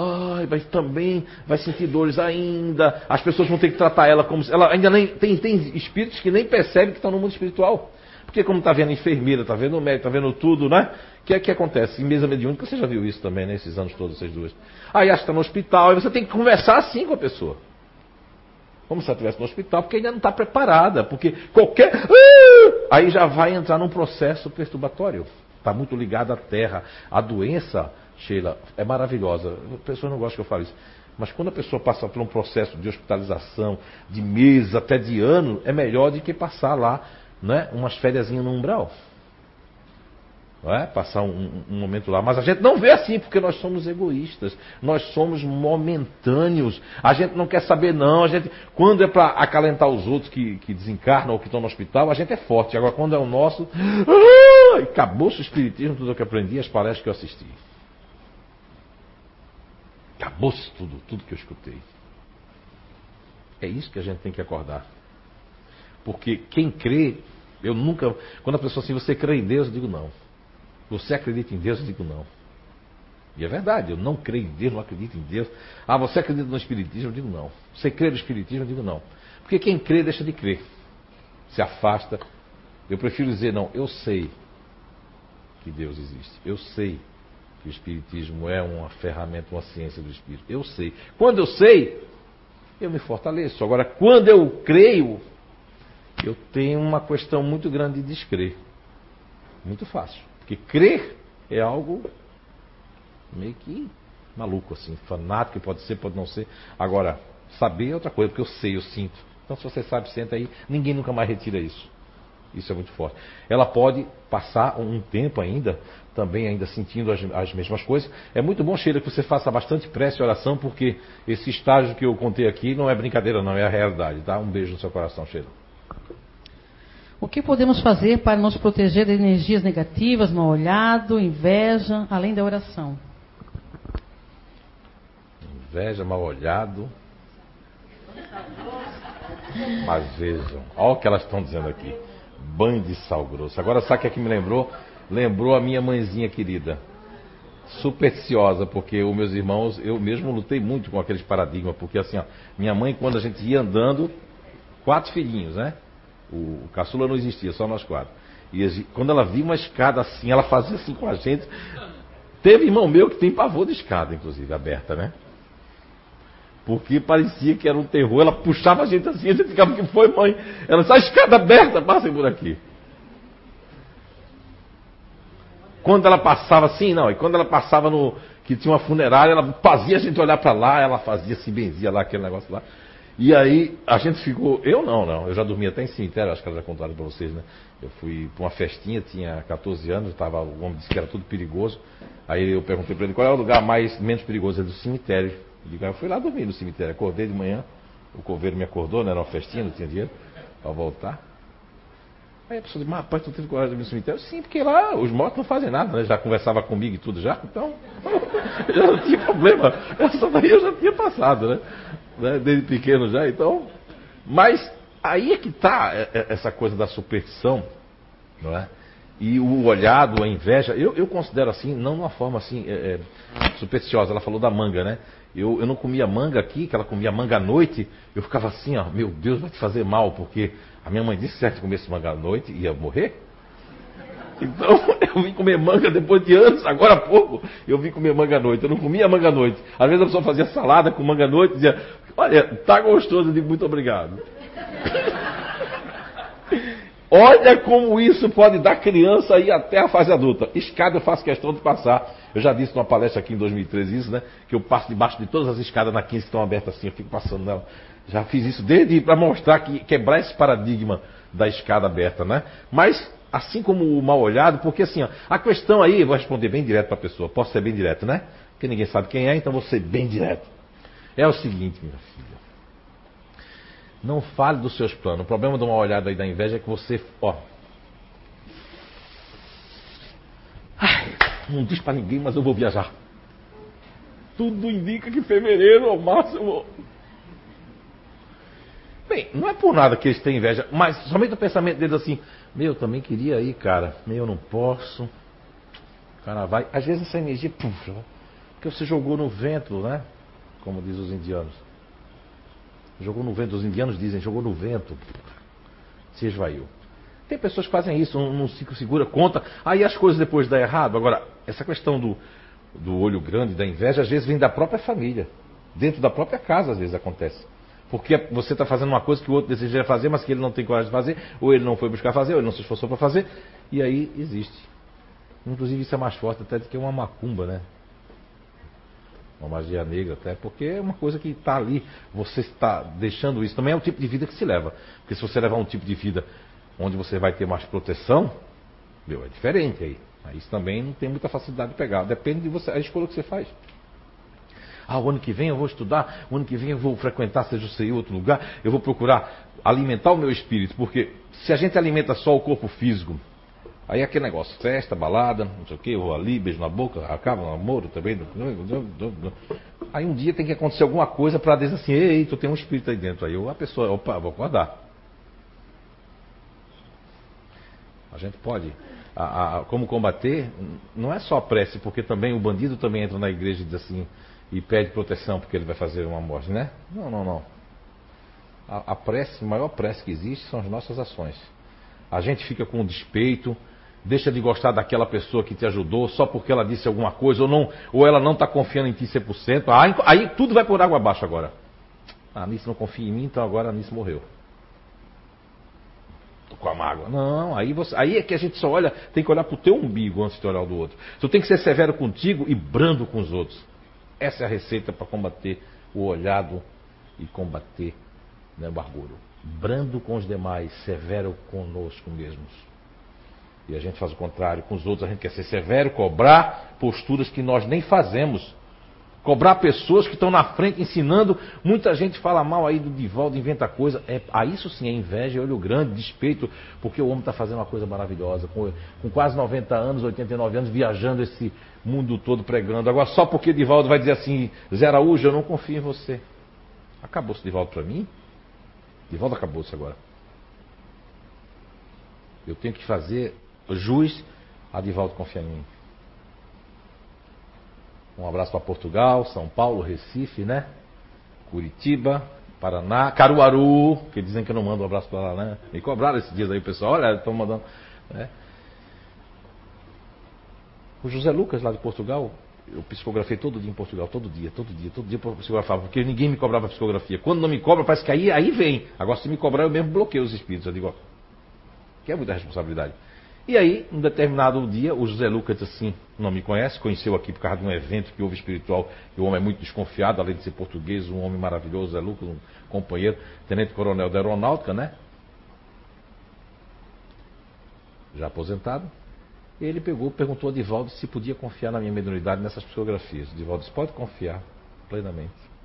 também vai sentir dores ainda. As pessoas vão ter que tratar ela como se ela ainda nem tem espíritos que nem percebem que estão no mundo espiritual. Porque como está vendo enfermeira, está vendo médico, está vendo tudo, né? O que acontece? Em mesa mediúnica, você já viu isso também, né? Esses anos todos, vocês duas. Aí acha que está no hospital, aí você tem que conversar assim com a pessoa. Como se ela estivesse no hospital, porque ainda não está preparada. Porque qualquer... Aí já vai entrar num processo perturbatório. Está muito ligado à terra. A doença, Sheila, é maravilhosa. As pessoas não gostam que eu fale isso. Mas quando a pessoa passa por um processo de hospitalização, de meses, até de ano, é melhor do que passar lá, né, umas fériasinhas no umbral. Não é? Passar um momento lá. Mas a gente não vê assim, porque nós somos egoístas. Nós somos momentâneos. A gente não quer saber, não. Quando é para acalentar os outros que desencarnam ou que estão no hospital, a gente é forte. Agora, quando é o nosso... acabou-se o espiritismo, tudo o que eu aprendi, as palestras que eu assisti. Acabou-se tudo que eu escutei. É isso que a gente tem que acordar. Porque quem crê... Eu nunca... Quando a pessoa assim, você crê em Deus, eu digo não. Você acredita em Deus? Eu digo não. E é verdade, eu não creio em Deus, não acredito em Deus. Ah, você acredita no Espiritismo? Eu digo não. Você crê no Espiritismo? Eu digo não. Porque quem crê deixa de crer. Se afasta. Eu prefiro dizer não, eu sei que Deus existe. Eu sei que o Espiritismo é uma ferramenta, uma ciência do Espírito. Eu sei. Quando eu sei, eu me fortaleço. Agora, quando eu creio, eu tenho uma questão muito grande de descrer. Muito fácil. Porque crer é algo meio que maluco, assim, fanático, pode ser, pode não ser. Agora, saber é outra coisa, porque eu sei, eu sinto. Então, se você sabe, senta aí, ninguém nunca mais retira isso. Isso é muito forte. Ela pode passar um tempo ainda, também ainda sentindo as mesmas coisas. É muito bom, Sheila, que você faça bastante prece e oração, porque esse estágio que eu contei aqui não é brincadeira, não, é a realidade, tá? Um beijo no seu coração, Sheila. O que podemos fazer para nos proteger de energias negativas, mal olhado, inveja, além da oração? Inveja, mal olhado. Mas vejam, olha o que elas estão dizendo aqui. Banho de sal grosso. Agora sabe o que me lembrou? Lembrou a minha mãezinha querida. Supersticiosa, porque os meus irmãos, eu mesmo lutei muito com aqueles paradigmas, porque assim, ó, minha mãe, quando a gente ia andando, 4 filhinhos, né? O caçula não existia, só nós 4. E quando ela via uma escada assim, ela fazia assim com a gente. Teve irmão meu que tem pavor de escada, inclusive, aberta, né? Porque parecia que era um terror. Ela puxava a gente assim, a gente ficava, o que foi, mãe? Ela disse, a escada aberta, passem por aqui. Quando ela passava assim, não, e quando ela passava que tinha uma funerária, ela fazia a gente olhar para lá, ela fazia, se benzia lá, aquele negócio lá. E aí a gente ficou, eu não, eu já dormia até em cemitério, acho que ela já contaram para vocês, né? Eu fui para uma festinha, tinha 14 anos, o homem disse que era tudo perigoso. Aí eu perguntei para ele qual é o lugar menos perigoso, ele disse, cemitério. Eu digo, eu fui lá dormir no cemitério, acordei de manhã, o coveiro me acordou, né? Era uma festinha, não tinha dinheiro para voltar. Aí a pessoa diz, mas rapaz, tu teve coragem de dormir no cemitério? Sim, porque lá os mortos não fazem nada, né? Já conversava comigo e tudo já, então já não tinha problema. Essa daí eu já tinha passado, né? Desde pequeno já, então. Mas aí é que está essa coisa da superstição, não é? E o olhado, a inveja, eu considero assim, não de uma forma assim supersticiosa. Ela falou da manga, né? Eu não comia manga aqui, que ela comia manga à noite, eu ficava assim, ó, meu Deus, vai te fazer mal, porque a minha mãe disse que se eu comesse manga à noite, ia morrer. Então, eu vim comer manga depois de anos, agora há pouco, eu vim comer manga à noite. Eu não comia manga à noite. Às vezes a pessoa fazia salada com manga à noite e dizia, olha, tá gostoso, eu digo, muito obrigado. Olha como isso pode dar criança aí até a fase adulta. Escada eu faço questão de passar. Eu já disse numa palestra aqui em 2013 isso, né? Que eu passo debaixo de todas as escadas na 15 que estão abertas assim, eu fico passando nela. Já fiz isso desde para mostrar que quebrar esse paradigma da escada aberta, né? Mas assim como o mal olhado, porque assim, ó, a questão aí, eu vou responder bem direto para a pessoa. Posso ser bem direto, né? Porque ninguém sabe quem é, então vou ser bem direto. É o seguinte, minha filha. Não fale dos seus planos. O problema de uma olhada aí da inveja é que você, ó. Ai, não diz pra ninguém, mas eu vou viajar. Tudo indica que fevereiro ao máximo. Bem, não é por nada que eles têm inveja, mas somente o pensamento deles assim, meu, eu também queria ir, cara. Meu, eu não posso. O cara vai. Às vezes essa energia, puxa, porque você jogou no vento, né? Como diz os indianos. Jogou no vento, os indianos dizem, jogou no vento, se esvaiu. Tem pessoas que fazem isso, não se segura conta, aí as coisas depois dão errado. Agora, essa questão do olho grande, da inveja, às vezes vem da própria família. Dentro da própria casa, às vezes acontece. Porque você está fazendo uma coisa que o outro deseja fazer, mas que ele não tem coragem de fazer, ou ele não foi buscar fazer, ou ele não se esforçou para fazer, e aí existe. Inclusive isso é mais forte até do que uma macumba, né? Uma magia negra até, porque é uma coisa que está ali, você está deixando isso, também é o tipo de vida que se leva, porque se você levar um tipo de vida onde você vai ter mais proteção, meu, é diferente aí isso também não tem muita facilidade de pegar, depende de você, a escolha que você faz. O ano que vem eu vou estudar, o ano que vem eu vou frequentar, seja o em outro lugar, eu vou procurar alimentar o meu espírito, porque se a gente alimenta só o corpo físico, aí é aquele negócio, festa, balada, não sei o que, eu vou ali, beijo na boca, acaba no namoro também. Aí um dia tem que acontecer alguma coisa para dizer assim, ei, tu tem um espírito aí dentro. Aí a pessoa, opa, vou acordar. A gente pode. Como combater, não é só a prece, porque também o bandido também entra na igreja e diz assim, e pede proteção porque ele vai fazer uma morte, né? Não. A prece, a maior prece que existe são as nossas ações. A gente fica com despeito, deixa de gostar daquela pessoa que te ajudou só porque ela disse alguma coisa, ou ela não está confiando em ti 100%. Aí tudo vai por água abaixo agora. A Anice não confia em mim, então agora a Anice morreu. Tô com a mágoa. Não, aí é que a gente só olha, tem que olhar pro teu umbigo antes de olhar o do outro. Tu tem que ser severo contigo e brando com os outros. Essa é a receita para combater o olhado e combater, né, o orgulho. Brando com os demais, severo conosco mesmos. E a gente faz o contrário com os outros, a gente quer ser severo, cobrar posturas que nós nem fazemos. Cobrar pessoas que estão na frente ensinando. Muita gente fala mal aí do Divaldo, inventa coisa. Isso sim é inveja, olho grande, despeito, porque o homem está fazendo uma coisa maravilhosa. Com quase 90 anos, 89 anos, viajando esse mundo todo pregando. Agora só porque Divaldo vai dizer assim, Zé Araújo, eu não confio em você. Acabou-se Divaldo para mim? Divaldo acabou-se agora. Eu tenho que fazer jus a Divaldo confiar em mim. Um abraço para Portugal, São Paulo, Recife, né? Curitiba, Paraná, Caruaru, que dizem que eu não mando um abraço para lá, né? Me cobraram esses dias aí, o pessoal, olha, estão mandando. Né? O José Lucas lá de Portugal, eu psicografei todo dia em Portugal, todo dia eu psicografava, porque ninguém me cobrava psicografia. Quando não me cobra, parece que aí vem. Agora se me cobrar, eu mesmo bloqueio os espíritos. Eu digo, ó, que é muita responsabilidade. E aí, um determinado dia, o José Lucas disse assim, não me conhece, conheceu aqui por causa de um evento que houve espiritual, e o homem é muito desconfiado, além de ser português, um homem maravilhoso, José Lucas, um companheiro, tenente-coronel da aeronáutica, né? Já aposentado. E ele perguntou a Divaldo se podia confiar na minha mediunidade nessas psicografias. Divaldo disse, pode confiar plenamente.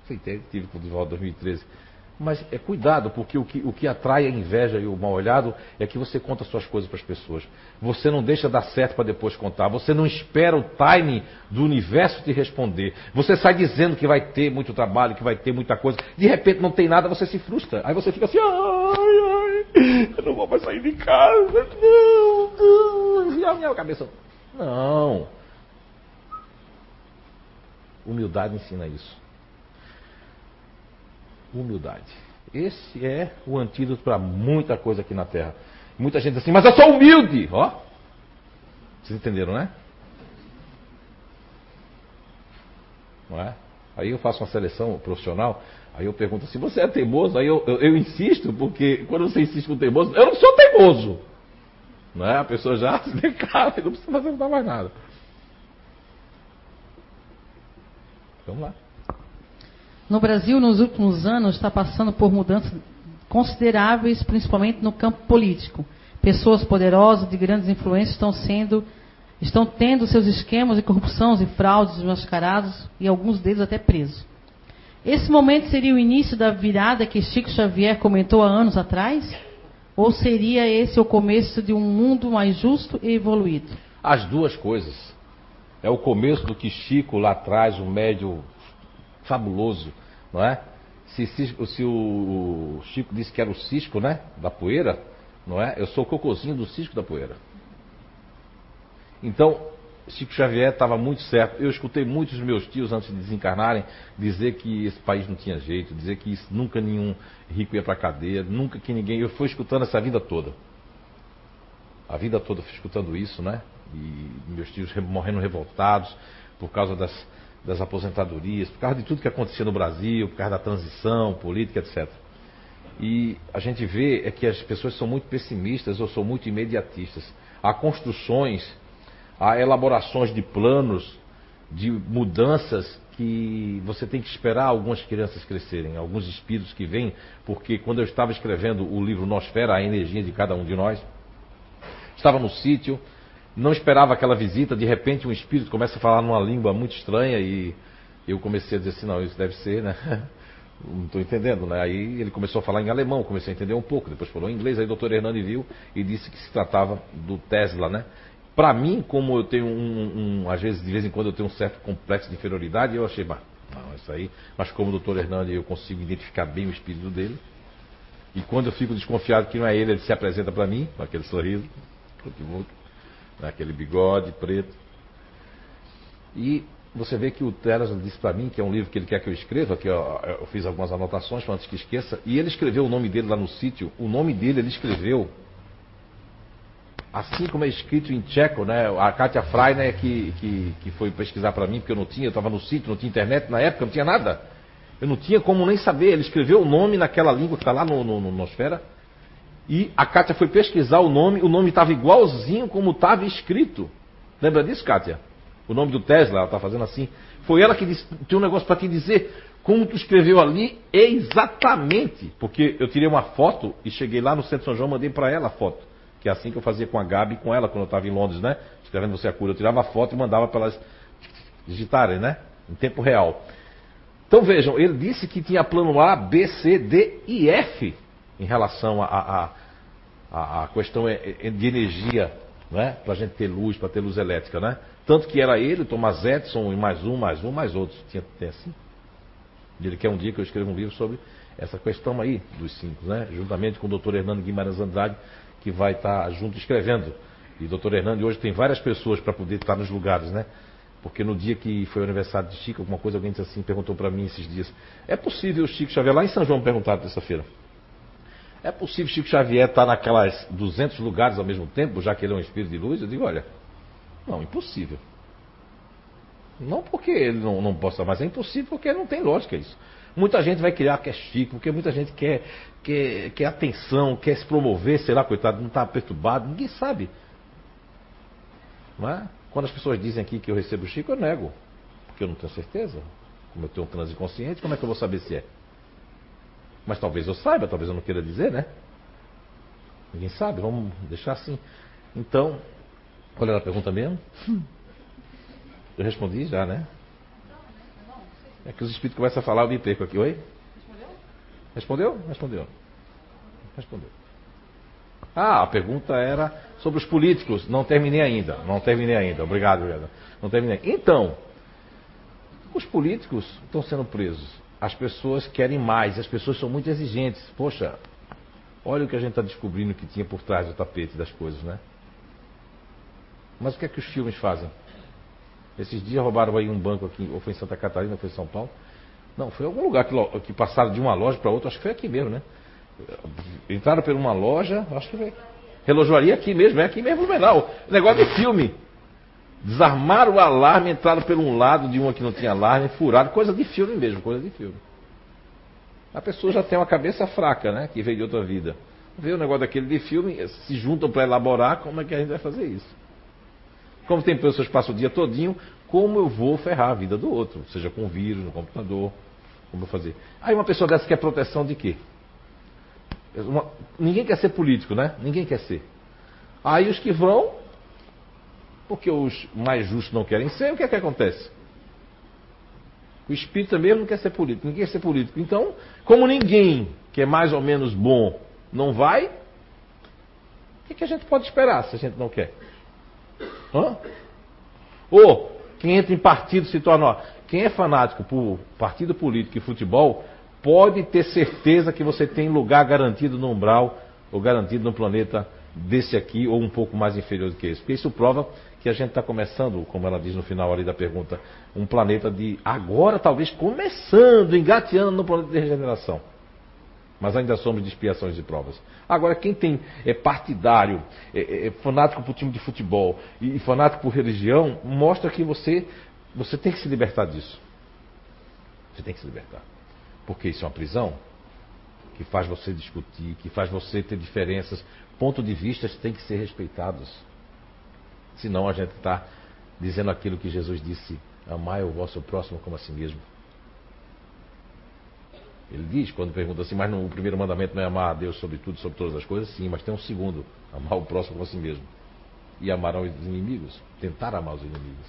Aceitei, tive com o Divaldo em 2013. Mas cuidado, porque o que atrai a inveja e o mal-olhado é que você conta suas coisas para as pessoas. Você não deixa dar certo para depois contar. Você não espera o time do universo te responder. Você sai dizendo que vai ter muito trabalho, que vai ter muita coisa. De repente não tem nada, você se frustra. Aí você fica assim, ai, eu não vou mais sair de casa. Não. E a minha cabeça. Não. Humildade ensina isso. Humildade. Esse é o antídoto para muita coisa aqui na Terra. Muita gente diz assim, mas eu sou humilde. Ó, vocês entenderam, né? Não é? Aí eu faço uma seleção profissional, aí eu pergunto assim, você é teimoso? Aí eu insisto, porque quando você insiste com teimoso, eu não sou teimoso. Não é? A pessoa já se declara e não precisa fazer mais nada. Vamos lá. No Brasil, nos últimos anos, está passando por mudanças consideráveis, principalmente no campo político. Pessoas poderosas, de grandes influências, estão tendo seus esquemas de corrupção e fraudes mascarados, e alguns deles até presos. Esse momento seria o início da virada que Chico Xavier comentou há anos atrás? Ou seria esse o começo de um mundo mais justo e evoluído? As duas coisas. É o começo do que Chico lá atrás, um médium fabuloso, não é? Se o Chico disse que era o cisco, né, da poeira, não é? Eu sou o cocôzinho do cisco da poeira. Então, Chico Xavier estava muito certo. Eu escutei muitos dos meus tios antes de desencarnarem dizer que esse país não tinha jeito, dizer que nunca nenhum rico ia para a cadeia, nunca que ninguém. Eu fui escutando essa vida toda. A vida toda fui escutando isso, né? E meus tios morrendo revoltados por causa das aposentadorias, por causa de tudo que acontecia no Brasil, por causa da transição política, etc. E a gente vê que as pessoas são muito pessimistas ou são muito imediatistas. Há construções, há elaborações de planos, de mudanças que você tem que esperar algumas crianças crescerem, alguns espíritos que vêm, porque quando eu estava escrevendo o livro Nosfera, a energia de cada um de nós, estava no sítio, não esperava aquela visita, de repente um espírito começa a falar numa língua muito estranha e eu comecei a dizer assim, não, isso deve ser, né? Não estou entendendo, né? Aí ele começou a falar em alemão, comecei a entender um pouco, depois falou em inglês, aí o Dr. Hernani viu e disse que se tratava do Tesla, né? Para mim, como eu tenho às vezes, de vez em quando eu tenho um certo complexo de inferioridade, eu achei, não, isso aí, mas como o Dr. Hernani eu consigo identificar bem o espírito dele, e quando eu fico desconfiado que não é ele, ele se apresenta para mim, com aquele sorriso, aquele bigode preto. E você vê que o Tesla disse para mim, que é um livro que ele quer que eu escreva, que eu fiz algumas anotações antes que esqueça, e ele escreveu o nome dele lá no sítio, o nome dele ele escreveu assim como é escrito em tcheco, né? A Kátia Fry, né, que foi pesquisar para mim, porque eu não tinha, eu estava no sítio, não tinha internet, na época não tinha nada. Eu não tinha como nem saber, ele escreveu o nome naquela língua que está lá no Nosfera. E a Kátia foi pesquisar o nome estava igualzinho como estava escrito. Lembra disso, Kátia? O nome do Tesla, ela está fazendo assim. Foi ela que disse, tem um negócio para te dizer, como tu escreveu ali, exatamente. Porque eu tirei uma foto e cheguei lá no Centro São João, mandei para ela a foto. Que é assim que eu fazia com a Gabi e com ela, quando eu estava em Londres, né? Escrevendo Você a Cura. Eu tirava a foto e mandava para elas digitarem, né? Em tempo real. Então vejam, ele disse que tinha plano A, B, C, D e F em relação a questão de energia, né? Para a gente ter luz, para ter luz elétrica, né? Tanto que era ele, Thomas Edison e mais outros. Tem assim. E ele quer um dia que eu escreva um livro sobre essa questão aí dos 5, né? Juntamente com o Dr. Hernando Guimarães Andrade, que vai estar junto escrevendo. E o Dr. Hernando hoje tem várias pessoas para poder estar nos lugares, né? Porque no dia que foi o aniversário de Chico, alguma coisa, alguém disse assim, perguntou para mim esses dias, é possível o Chico Xavier, lá em São João me perguntaram terça-feira, é possível Chico Xavier estar naquelas 200 lugares ao mesmo tempo, já que ele é um espírito de luz? Eu digo, olha, não, impossível. Não porque ele não possa, mas é impossível porque não tem lógica isso. Muita gente vai criar que é Chico, porque muita gente quer atenção, quer se promover, sei lá, coitado, não está perturbado, ninguém sabe. Não é? Quando as pessoas dizem aqui que eu recebo Chico, eu nego, porque eu não tenho certeza. Como eu tenho um transe inconsciente, como é que eu vou saber se é? Mas talvez eu saiba, talvez eu não queira dizer, né? Ninguém sabe, vamos deixar assim. Então, qual era a pergunta mesmo? Eu respondi já, né? É que os espíritos começam a falar, eu me perco aqui. Oi? Respondeu? Respondeu. Respondeu. A pergunta era sobre os políticos. Não terminei ainda. Obrigado, Juliana. Não terminei. Então, os políticos estão sendo presos. As pessoas querem mais. As pessoas são muito exigentes. Poxa, olha o que a gente está descobrindo que tinha por trás do tapete das coisas, né? Mas o que é que os filmes fazem? Esses dias roubaram aí um banco aqui, ou foi em Santa Catarina, ou foi em São Paulo. Não, foi em algum lugar que passaram de uma loja para outra, acho que foi aqui mesmo, né? Entraram por uma loja, acho que foi. Relojoaria aqui mesmo, é aqui mesmo, Blumenau. Negócio de filme. Desarmaram o alarme, entraram por um lado de uma que não tinha alarme, furaram, coisa de filme mesmo, coisa de filme. A pessoa já tem uma cabeça fraca, né? Que veio de outra vida. Vê o negócio daquele de filme, se juntam para elaborar como é que a gente vai fazer isso. Como tem pessoas que passam o dia todinho, como eu vou ferrar a vida do outro? Seja com vírus, no computador, como eu vou fazer? Aí uma pessoa dessa quer proteção de quê? Ninguém quer ser político, né? Ninguém quer ser. Aí os que vão, porque os mais justos não querem ser, o que é que acontece? O espírita mesmo não quer ser político, ninguém quer ser político. Então, como ninguém que é mais ou menos bom não vai, o que a gente pode esperar se a gente não quer? Hã? Ou quem entra em partido se torna. Quem é fanático por partido político e futebol pode ter certeza que você tem lugar garantido no umbral ou garantido no planeta desse aqui ou um pouco mais inferior do que esse. Porque isso prova que a gente está começando, como ela diz no final ali da pergunta, um planeta de agora talvez começando, engateando no planeta de regeneração. Mas ainda somos de expiações e provas. Agora, quem é partidário, é fanático por time de futebol e fanático por religião, mostra que você tem que se libertar disso. Você tem que se libertar. Porque isso é uma prisão que faz você discutir, que faz você ter diferenças. Pontos de vista têm que ser respeitados. Senão a gente está dizendo aquilo que Jesus disse: amai o vosso próximo como a si mesmo. Ele diz, quando pergunta assim, mas o primeiro mandamento não é amar a Deus sobre tudo, sobre todas as coisas? Sim, mas tem um segundo: amar o próximo como a si mesmo. E amar os inimigos, tentar amar os inimigos.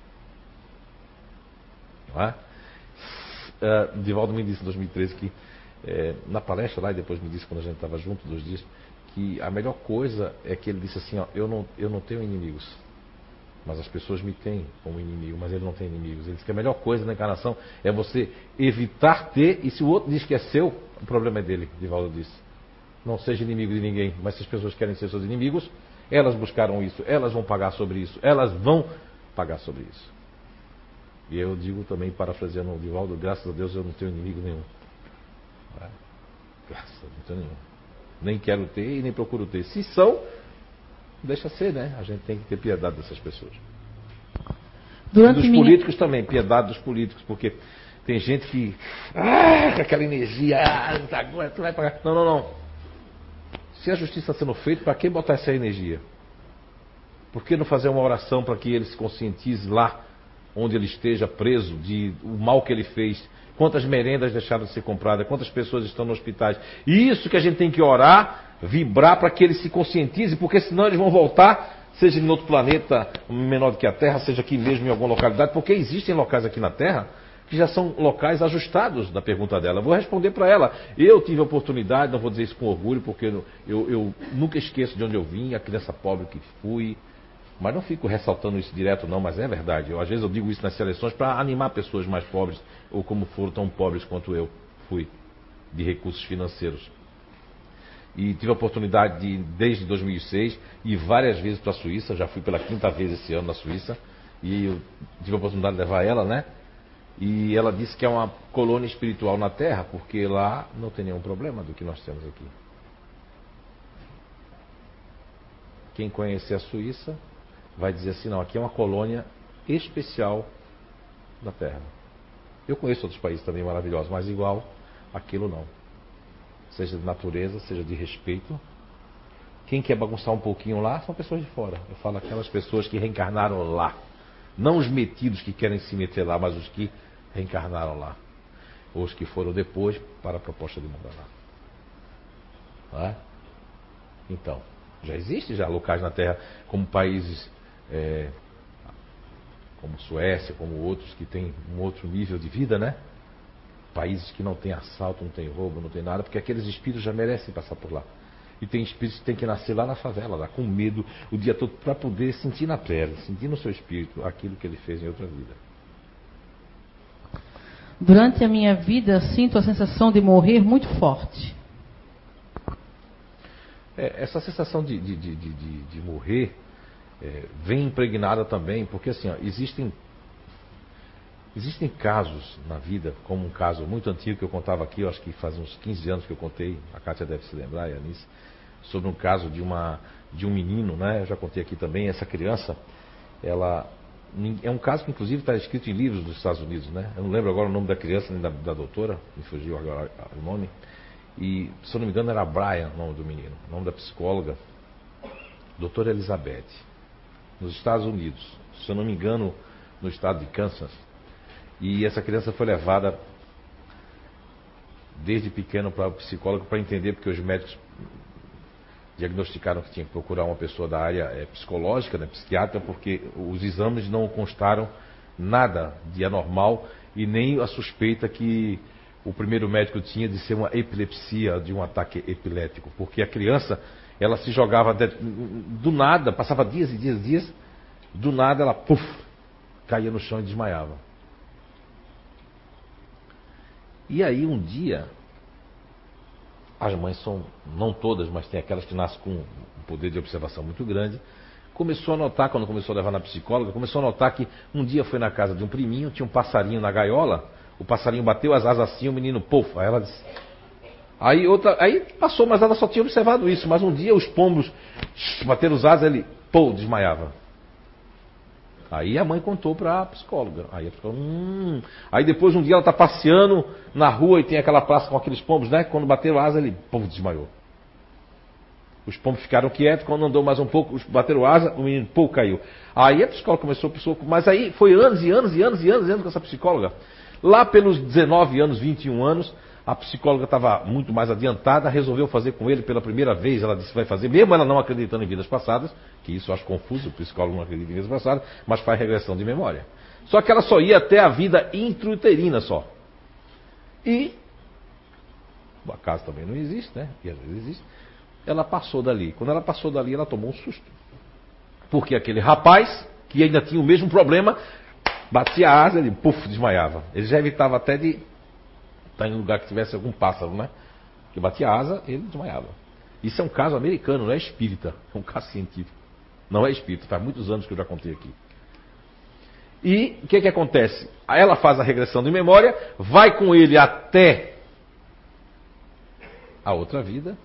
Não é? Divaldo me disse em 2013 que, na palestra lá, e depois me disse quando a gente estava junto 2 dias, que a melhor coisa é que ele disse assim: ó, eu não tenho inimigos, mas as pessoas me têm como inimigo, mas ele não tem inimigos. Ele diz que a melhor coisa na encarnação é você evitar ter, e se o outro diz que é seu, o problema é dele, Divaldo disse. Não seja inimigo de ninguém, mas se as pessoas querem ser seus inimigos, elas buscaram isso, elas vão pagar sobre isso, elas vão pagar sobre isso. E eu digo também, parafraseando o Divaldo, graças a Deus eu não tenho inimigo nenhum. Graças a Deus, não tenho nenhum. Nem quero ter e nem procuro ter. Se são, deixa ser, né? A gente tem que ter piedade dessas pessoas. E dos políticos também, piedade dos políticos, porque tem gente que. Com aquela energia, tu vai pagar. Não. Se a justiça está sendo feita, para que botar essa energia? Por que não fazer uma oração para que ele se conscientize lá, onde ele esteja preso, de o mal que ele fez? Quantas merendas deixaram de ser compradas, quantas pessoas estão nos hospitais? E isso que a gente tem que orar, vibrar para que ele se conscientize, porque senão eles vão voltar, seja em outro planeta menor do que a Terra, seja aqui mesmo em alguma localidade, porque existem locais aqui na Terra que já são locais ajustados da pergunta dela. Eu vou responder para ela. Eu tive a oportunidade, não vou dizer isso com orgulho, porque eu nunca esqueço de onde eu vim, a criança pobre que fui. Mas não fico ressaltando isso direto não, mas é verdade. Às vezes eu digo isso nas seleções para animar pessoas mais pobres, ou como foram tão pobres quanto eu fui, de recursos financeiros. E tive a oportunidade de, desde 2006, ir várias vezes para a Suíça. Já fui pela 5ª vez esse ano na Suíça. E eu tive a oportunidade de levar ela, né? E ela disse que é uma colônia espiritual na Terra, porque lá não tem nenhum problema do que nós temos aqui. Quem conhecer a Suíça vai dizer assim: não, aqui é uma colônia especial da Terra. Eu conheço outros países também maravilhosos, mas igual aquilo não. Seja de natureza, seja de respeito. Quem quer bagunçar um pouquinho lá são pessoas de fora. Eu falo aquelas pessoas que reencarnaram lá. Não os metidos que querem se meter lá, mas os que reencarnaram lá. Ou os que foram depois para a proposta de morar lá. Não é? Então, já existe já locais na Terra como países como Suécia, como outros que têm um outro nível de vida, né? Países que não tem assalto, não tem roubo, não tem nada, porque aqueles espíritos já merecem passar por lá. E tem espíritos que têm que nascer lá na favela, lá com medo, o dia todo, para poder sentir na pele, sentir no seu espírito aquilo que ele fez em outra vida. Durante a minha vida, sinto a sensação de morrer muito forte. Essa sensação de morrer vem impregnada também, porque assim, ó, existem casos na vida, como um caso muito antigo que eu contava aqui, eu acho que faz uns 15 anos que eu contei, a Kátia deve se lembrar, e a Anice, sobre um caso de um menino, né? Eu já contei aqui também, essa criança, ela é um caso que inclusive está escrito em livros dos Estados Unidos, né? Eu não lembro agora o nome da criança nem da doutora, me fugiu agora o nome, e se eu não me engano era Brian o nome do menino, o nome da psicóloga, doutora Elizabeth, nos Estados Unidos, se eu não me engano no estado de Kansas. E essa criança foi levada desde pequeno para o psicólogo para entender, porque os médicos diagnosticaram que tinha que procurar uma pessoa da área psicológica, né, psiquiatra, porque os exames não constaram nada de anormal e nem a suspeita que o primeiro médico tinha de ser uma epilepsia, de um ataque epilético, porque a criança, ela se jogava do nada, passava dias e dias e dias, do nada ela, caía no chão e desmaiava. E aí um dia, as mães são, não todas, mas tem aquelas que nascem com um poder de observação muito grande, começou a notar, quando começou a levar na psicóloga, começou a notar que um dia foi na casa de um priminho, tinha um passarinho na gaiola, o passarinho bateu as asas assim, o menino, aí ela disse... Aí passou, mas ela só tinha observado isso, mas um dia os pombos bateram os asas, ele, desmaiava. Aí a mãe contou para a psicóloga. Aí a psicóloga, Aí depois um dia ela está passeando na rua e tem aquela praça com aqueles pombos, né? Quando bateram asa, ele desmaiou. Os pombos ficaram quietos, quando andou mais um pouco, bateram asa, o menino caiu. Aí a psicóloga começou, mas aí foi anos e anos com essa psicóloga. Lá pelos 19 anos, 21 anos, a psicóloga estava muito mais adiantada, resolveu fazer com ele pela primeira vez, ela disse que vai fazer, mesmo ela não acreditando em vidas passadas, que isso eu acho confuso, o psicólogo não acredita em vidas passadas, mas faz regressão de memória. Só que ela só ia até a vida intrauterina só. E, o acaso também não existe, né? E às vezes existe. Ela passou dali. Quando ela passou dali, ela tomou um susto. Porque aquele rapaz, que ainda tinha o mesmo problema, batia a asa, ele desmaiava. Ele já evitava até de estar em um lugar que tivesse algum pássaro, né? Que batia a asa, ele desmaiava. Isso é um caso americano, não é espírita. É um caso científico. Não é espírita, faz muitos anos que eu já contei aqui. E o que acontece? Ela faz a regressão de memória, vai com ele até a outra vida.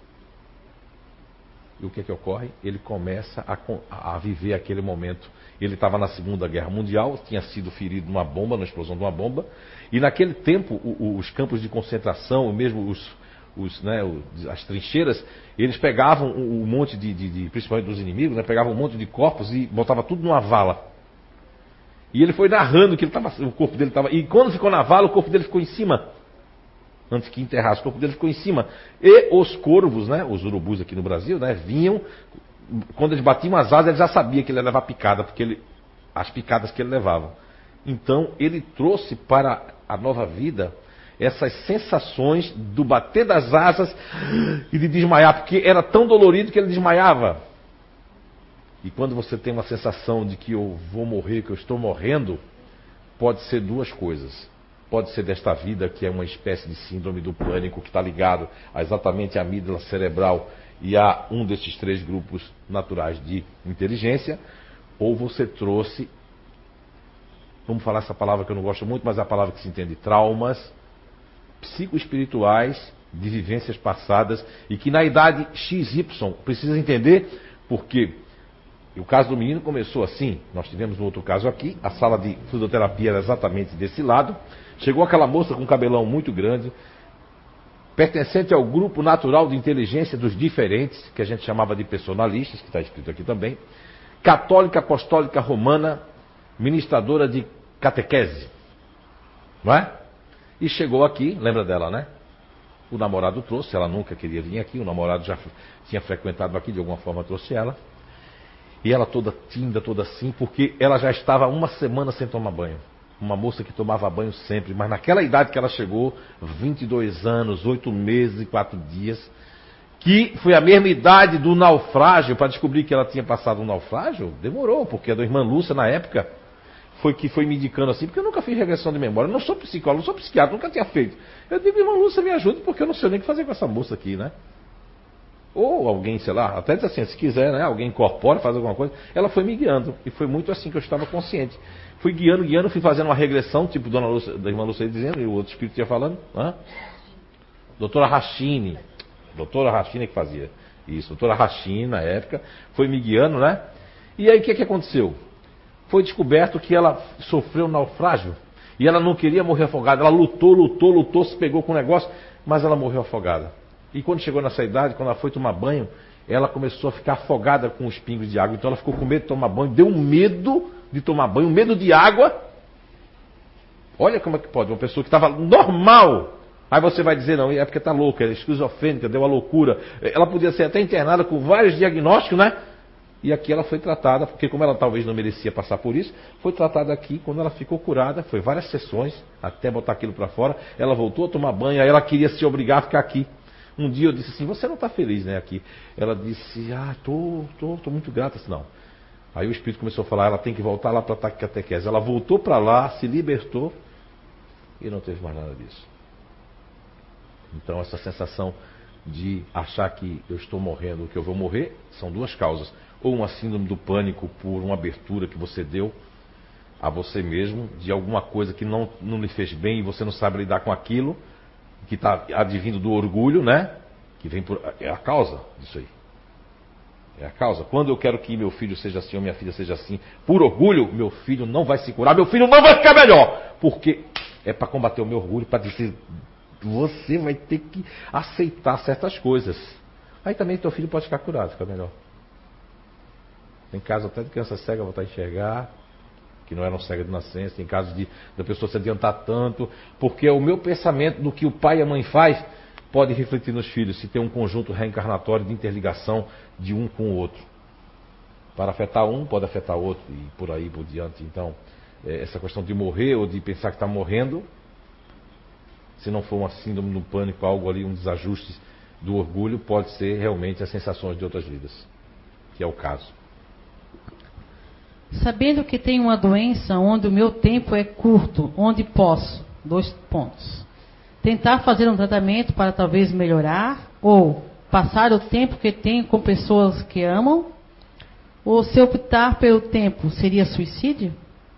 E o que ocorre? Ele começa a viver aquele momento. Ele estava na Segunda Guerra Mundial, tinha sido ferido numa bomba, na explosão de uma bomba. E naquele tempo, os campos de concentração, mesmo as trincheiras, eles pegavam um monte principalmente dos inimigos, né, pegavam um monte de corpos e botavam tudo numa vala. E ele foi narrando que o corpo dele estava... E quando ficou na vala, o corpo dele ficou em cima. Antes que enterrasse, o corpo dele ficou em cima. E os corvos, né, os urubus aqui no Brasil, né, vinham... Quando eles batiam as asas, ele já sabia que ele ia levar picada, porque as picadas que ele levava. Então, ele trouxe para a nova vida essas sensações do bater das asas e de desmaiar, porque era tão dolorido que ele desmaiava. E quando você tem uma sensação de que eu vou morrer, que eu estou morrendo, pode ser duas coisas. Pode ser desta vida, que é uma espécie de síndrome do pânico, que está ligado a exatamente a amígdala cerebral e a um desses três grupos naturais de inteligência, ou você trouxe, vamos falar essa palavra que eu não gosto muito, mas é a palavra que se entende, traumas psicoespirituais de vivências passadas e que na idade XY precisa entender, porque o caso do menino começou assim. Nós tivemos um outro caso aqui, a sala de fisioterapia era exatamente desse lado. Chegou aquela moça com um cabelão muito grande, pertencente ao grupo natural de inteligência dos diferentes, que a gente chamava de personalistas, que está escrito aqui também, católica apostólica romana, ministradora de catequese, não é? E chegou aqui, lembra dela, né? O namorado trouxe, ela nunca queria vir aqui, o namorado já tinha frequentado aqui, de alguma forma trouxe ela. E ela toda tímida, toda assim, porque ela já estava 1 semana sem tomar banho. Uma moça que tomava banho sempre, mas naquela idade que ela chegou, 22 anos, 8 meses e 4 dias, que foi a mesma idade do naufrágio, para descobrir que ela tinha passado um naufrágio, demorou, porque a da irmã Lúcia, na época, foi me indicando assim, porque eu nunca fiz regressão de memória, eu não sou psicólogo, não sou psiquiatra, nunca tinha feito. Eu digo, irmã Lúcia, me ajude, porque eu não sei nem o que fazer com essa moça aqui, né? Ou alguém, sei lá, até diz assim, se quiser, né? Alguém incorpora, faz alguma coisa. Ela foi me guiando. E foi muito assim que eu estava consciente. Fui guiando, fui fazendo uma regressão, tipo Dona Lúcia, da irmã Lúcia dizendo, e o outro espírito ia falando. Né? Doutora Rachine que fazia isso. Doutora Rachine, na época, foi me guiando, né? E aí o que aconteceu? Foi descoberto que ela sofreu um naufrágio. E ela não queria morrer afogada. Ela lutou, se pegou com o negócio, mas ela morreu afogada. E quando chegou nessa idade, quando ela foi tomar banho, ela começou a ficar afogada com os pingos de água. Então ela ficou com medo de tomar banho, deu medo de tomar banho, medo de água. Olha como é que pode, uma pessoa que estava normal. Aí você vai dizer, não, é porque está louca, é esquizofrênica, deu uma loucura. Ela podia ser até internada com vários diagnósticos, né? E aqui ela foi tratada, porque como ela talvez não merecia passar por isso, foi tratada aqui, quando ela ficou curada, foi várias sessões, até botar aquilo para fora, ela voltou a tomar banho, aí ela queria se obrigar a ficar aqui. Um dia eu disse assim, você não está feliz, né, aqui? Ela disse, tô muito grata, assim, não. Aí o Espírito começou a falar, ela tem que voltar lá para a catequese. Ela voltou para lá, se libertou e não teve mais nada disso. Então essa sensação de achar que eu estou morrendo, que eu vou morrer, são duas causas. Ou uma síndrome do pânico por uma abertura que você deu a você mesmo, de alguma coisa que não lhe fez bem e você não sabe lidar com aquilo, que está advindo do orgulho, né? Que vem por... É a causa disso aí. É a causa. Quando eu quero que meu filho seja assim ou minha filha seja assim, por orgulho, meu filho não vai se curar, meu filho não vai ficar melhor. Porque é para combater o meu orgulho, para dizer, você vai ter que aceitar certas coisas. Aí também teu filho pode ficar curado, fica melhor. Tem casos até de criança cega voltar a enxergar, que não eram cegas de nascença, tem casos da pessoa se adiantar tanto, porque o meu pensamento do que o pai e a mãe faz pode refletir nos filhos, se tem um conjunto reencarnatório de interligação de um com o outro. Para afetar um, pode afetar outro, e por aí por diante. Então, essa questão de morrer ou de pensar que está morrendo, se não for uma síndrome do pânico, algo ali, um desajuste do orgulho, pode ser realmente as sensações de outras vidas, que é o caso. Sabendo que tenho uma doença onde o meu tempo é curto, onde posso, 2 pontos, tentar fazer um tratamento para talvez melhorar, ou passar o tempo que tenho com pessoas que amam, ou se optar pelo tempo, seria suicídio?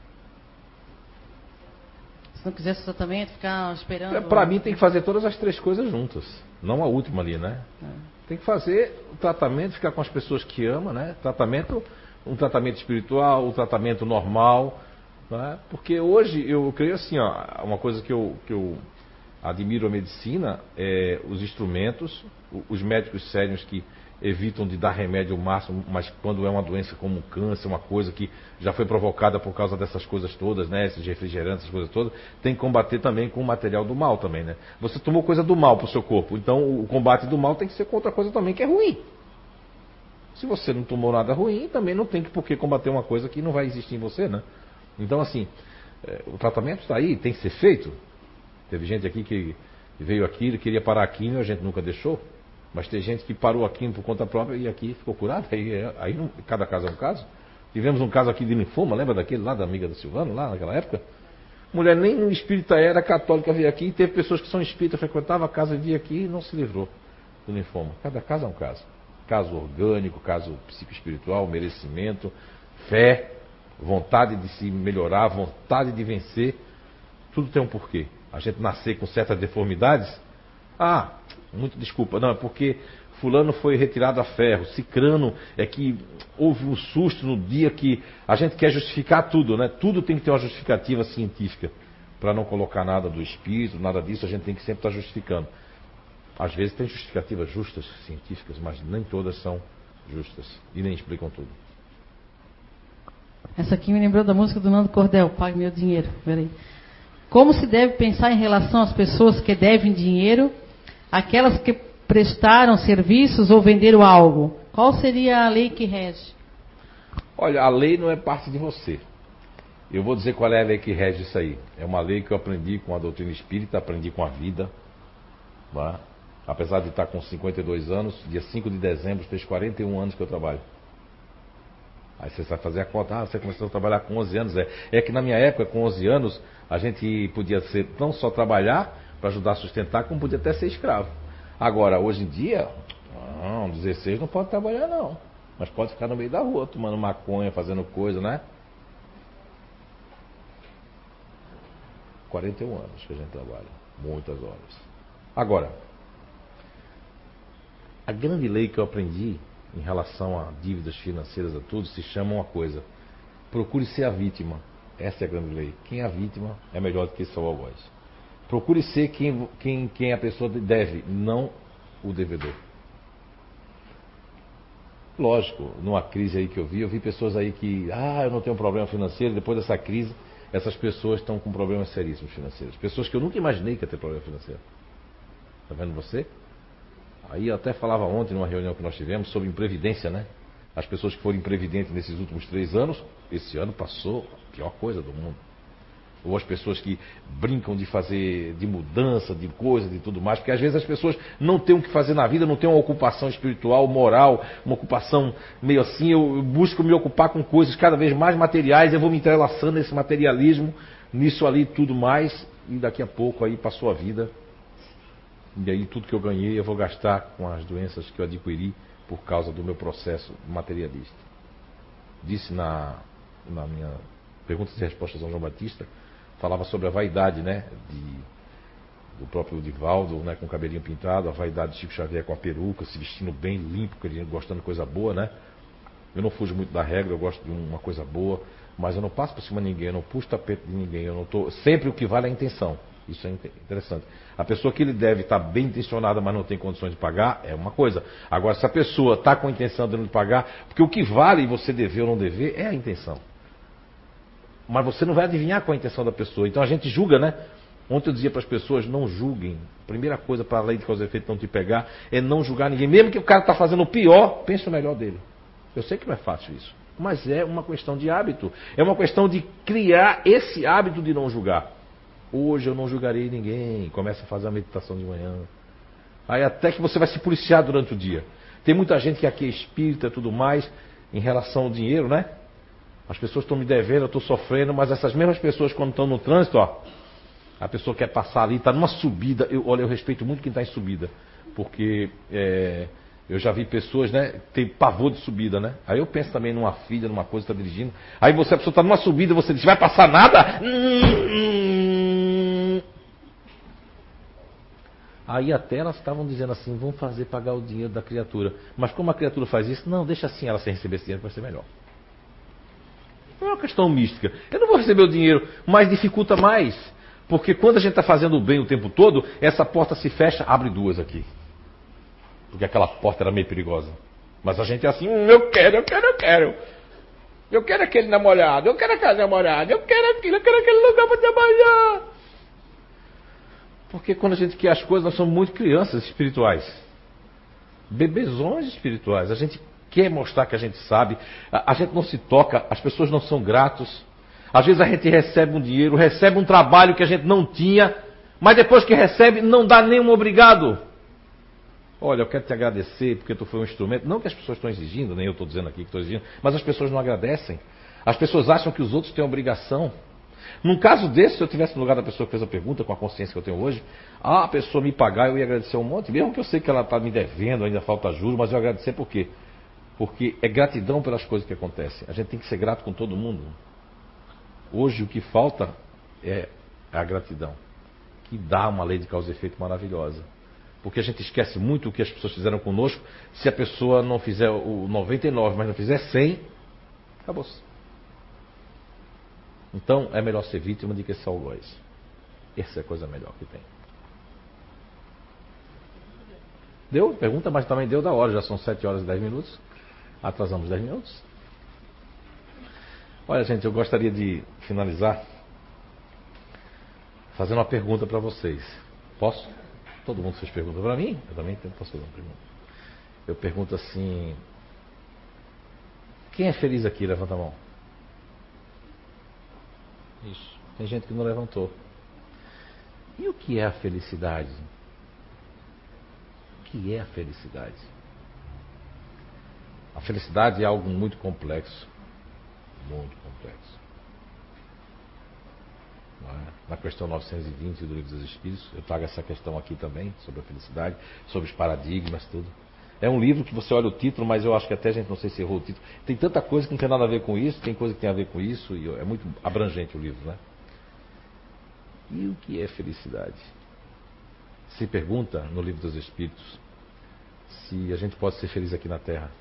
Se não quisesse tratamento, ficar esperando... Para mim tem que fazer todas as 3 coisas juntas, não a última ali, né? Tem que fazer o tratamento, ficar com as pessoas que ama, né? Um tratamento espiritual, um tratamento normal, né? Porque hoje eu creio assim, ó, uma coisa que eu admiro a medicina é os instrumentos, os médicos sérios que evitam de dar remédio ao máximo, mas quando é uma doença como um câncer, uma coisa que já foi provocada por causa dessas coisas todas, né, esses refrigerantes, essas coisas todas, tem que combater também com o material do mal também, né? Você tomou coisa do mal para o seu corpo, então o combate do mal tem que ser contra coisa também que é ruim. Se você não tomou nada ruim, também não tem por que combater uma coisa que não vai existir em você, né? Então, assim, o tratamento está aí, tem que ser feito. Teve gente aqui que veio aqui, ele queria parar aqui e a gente nunca deixou. Mas tem gente que parou aqui por conta própria e aqui ficou curado. Aí cada caso é um caso. Tivemos um caso aqui de linfoma, lembra daquele lá, da amiga do Silvano, lá naquela época? Mulher nem no espírita era, católica, veio aqui e teve pessoas que são espíritas, frequentavam a casa, via aqui e não se livrou do linfoma. Cada caso é um caso. Caso orgânico, caso psicoespiritual, merecimento, fé, vontade de se melhorar, vontade de vencer. Tudo tem um porquê. A gente nascer com certas deformidades, muito desculpa, não, é porque fulano foi retirado a ferro, cicrano é que houve um susto no dia que a gente quer justificar tudo, né? Tudo tem que ter uma justificativa científica, para não colocar nada do espírito, nada disso, a gente tem que sempre estar justificando. Às vezes tem justificativas justas, científicas, mas nem todas são justas e nem explicam tudo. Essa aqui me lembrou da música do Nando Cordel, Pague Meu Dinheiro. Peraí. Como se deve pensar em relação às pessoas que devem dinheiro, aquelas que prestaram serviços ou venderam algo? Qual seria a lei que rege? Olha, a lei não é parte de você. Eu vou dizer qual é a lei que rege isso aí. É uma lei que eu aprendi com a doutrina espírita, aprendi com a vida. Tá? Apesar de estar com 52 anos, dia 5 de dezembro fez 41 anos que eu trabalho. Aí você vai fazer a conta, você começou a trabalhar com 11 anos. É que na minha época, com 11 anos, a gente podia ser não só trabalhar para ajudar a sustentar, como podia até ser escravo. Agora, hoje em dia, não, 16 não pode trabalhar não. Mas pode ficar no meio da rua, tomando maconha, fazendo coisa, né? 41 anos que a gente trabalha, muitas horas. Agora, a grande lei que eu aprendi em relação a dívidas financeiras, a tudo, se chama uma coisa: procure ser a vítima. Essa é a grande lei. Quem é a vítima é melhor do que só o algoz. Procure ser quem a pessoa deve, não o devedor. Lógico, numa crise aí que eu vi pessoas aí que, eu não tenho problema financeiro, depois dessa crise, essas pessoas estão com problemas seríssimos financeiros. Pessoas que eu nunca imaginei que ia ter problema financeiro. Está vendo você? Aí eu até falava ontem, numa reunião que nós tivemos, sobre imprevidência, né? As pessoas que foram imprevidentes nesses últimos 3 anos, esse ano passou a pior coisa do mundo. Ou as pessoas que brincam de fazer, de mudança, de coisa, de tudo mais, porque às vezes as pessoas não têm o que fazer na vida, não têm uma ocupação espiritual, moral, uma ocupação meio assim. Eu busco me ocupar com coisas cada vez mais materiais, eu vou me entrelaçando nesse materialismo, nisso ali tudo mais, e daqui a pouco aí passou a vida. E aí tudo que eu ganhei eu vou gastar com as doenças que eu adquiri por causa do meu processo materialista. Disse na minha perguntas e respostas a João Batista, falava sobre a vaidade, né, do próprio Divaldo, né, com o cabelinho pintado, a vaidade de Chico Xavier com a peruca, se vestindo bem limpo, gostando de coisa boa, né? Eu não fujo muito da regra, eu gosto de uma coisa boa, mas eu não passo por cima de ninguém, eu não puxo tapete de ninguém, eu não tô. Sempre o que vale é a intenção. Isso é interessante. A pessoa que ele deve estar bem intencionada, mas não tem condições de pagar, é uma coisa. Agora, se a pessoa está com a intenção de não pagar, porque o que vale você dever ou não dever é a intenção. Mas você não vai adivinhar qual é a intenção da pessoa. Então a gente julga, né? Ontem eu dizia para as pessoas, não julguem. A primeira coisa para a lei de causa e efeito não te pegar é não julgar ninguém. Mesmo que o cara está fazendo o pior, pense o melhor dele. Eu sei que não é fácil isso. Mas é uma questão de hábito. É uma questão de criar esse hábito de não julgar. Hoje eu não julgarei ninguém. Começa a fazer a meditação de manhã. Aí até que você vai se policiar durante o dia. Tem muita gente que aqui é espírita e tudo mais, em relação ao dinheiro, né? As pessoas estão me devendo, eu estou sofrendo, mas essas mesmas pessoas, quando estão no trânsito, a pessoa quer passar ali, está numa subida. Eu respeito muito quem está em subida, porque eu já vi pessoas, né, tem pavor de subida, né? Aí eu penso também numa filha, numa coisa que está dirigindo. Aí a pessoa está numa subida, você diz, vai passar nada? Aí até elas estavam dizendo assim, vamos fazer pagar o dinheiro da criatura. Mas como a criatura faz isso? Não, deixa assim ela sem receber esse dinheiro, vai ser melhor. Não é uma questão mística. Eu não vou receber o dinheiro, mas dificulta mais. Porque quando a gente está fazendo o bem o tempo todo, essa porta se fecha, abre 2 aqui. Porque aquela porta era meio perigosa. Mas a gente é assim, eu quero. Eu quero aquele namorado, eu quero aquela namorada, eu quero aquilo, eu quero aquele lugar para trabalhar. Porque quando a gente quer as coisas, nós somos muito crianças espirituais. Bebezões espirituais. A gente quer mostrar que a gente sabe, a gente não se toca, as pessoas não são gratos. Às vezes a gente recebe um dinheiro, recebe um trabalho que a gente não tinha, mas depois que recebe não dá nenhum obrigado. Olha, eu quero te agradecer porque tu foi um instrumento. Não que as pessoas estão exigindo, nem eu estou dizendo aqui que estou exigindo, mas as pessoas não agradecem. As pessoas acham que os outros têm obrigação. Num caso desse, se eu estivesse no lugar da pessoa que fez a pergunta, com a consciência que eu tenho hoje, a pessoa me pagar, eu ia agradecer um monte, mesmo que eu sei que ela está me devendo, ainda falta juros, mas eu ia agradecer por quê? Porque é gratidão pelas coisas que acontecem. A gente tem que ser grato com todo mundo. Hoje o que falta é a gratidão, que dá uma lei de causa e efeito maravilhosa. Porque a gente esquece muito o que as pessoas fizeram conosco. Se a pessoa não fizer o 99, mas não fizer 100, acabou-se. Então é melhor ser vítima do que ser algoz. Essa é a coisa melhor que tem. Deu? Pergunta, mas também deu da hora. Já são 7 horas e 10 minutos. Atrasamos 10 minutos. Olha, gente, eu gostaria de finalizar fazendo uma pergunta para vocês. Posso? Todo mundo fez pergunta para mim? Eu também posso fazer uma pergunta. Eu pergunto assim: Quem é feliz aqui? Levanta a mão. Isso. Tem gente que não levantou. E o que é a felicidade? O que é a felicidade? A felicidade é algo muito complexo. Muito complexo. Não é? Na questão 920 do Livro dos Espíritos, eu trago essa questão aqui também, sobre a felicidade, sobre os paradigmas, tudo. É um livro que você olha o título, mas eu acho que até a gente não sei se errou o título. Tem tanta coisa que não tem nada a ver com isso, tem coisa que tem a ver com isso, e é muito abrangente o livro, né? E o que é felicidade? Se pergunta no Livro dos Espíritos se a gente pode ser feliz aqui na Terra.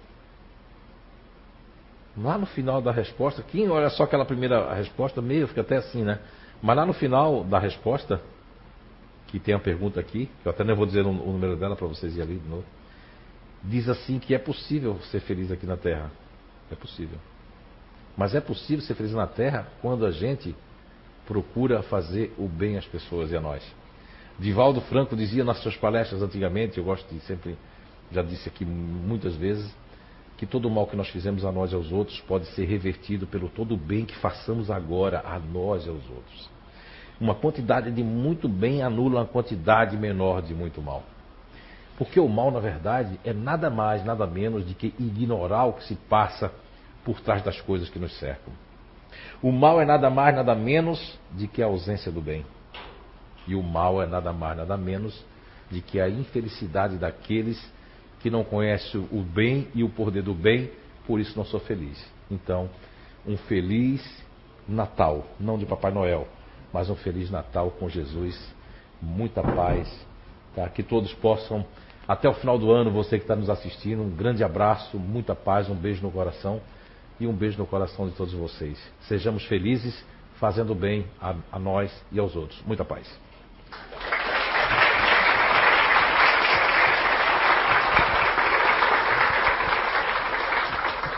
Lá no final da resposta, quem olha só aquela primeira resposta, meio fica até assim, né? Mas lá no final da resposta, que tem a pergunta aqui, que eu até não vou dizer o número dela para vocês irem ali de novo, diz assim que é possível ser feliz aqui na Terra. É possível. Mas é possível ser feliz na Terra quando a gente procura fazer o bem às pessoas e a nós. Divaldo Franco dizia nas suas palestras antigamente, eu gosto de sempre, já disse aqui muitas vezes, que todo o mal que nós fizemos a nós e aos outros pode ser revertido pelo todo o bem que façamos agora a nós e aos outros. Uma quantidade de muito bem anula uma quantidade menor de muito mal. Porque o mal, na verdade, é nada mais, nada menos de que ignorar o que se passa por trás das coisas que nos cercam. O mal é nada mais, nada menos de que a ausência do bem. E o mal é nada mais, nada menos de que a infelicidade daqueles que não conhecem o bem e o poder do bem, por isso não sou feliz. Então, um feliz Natal, não de Papai Noel, mas um feliz Natal com Jesus, muita paz, tá? Que todos possam, até o final do ano, você que está nos assistindo, um grande abraço, muita paz, um beijo no coração e um beijo no coração de todos vocês. Sejamos felizes, fazendo bem a nós e aos outros. Muita paz.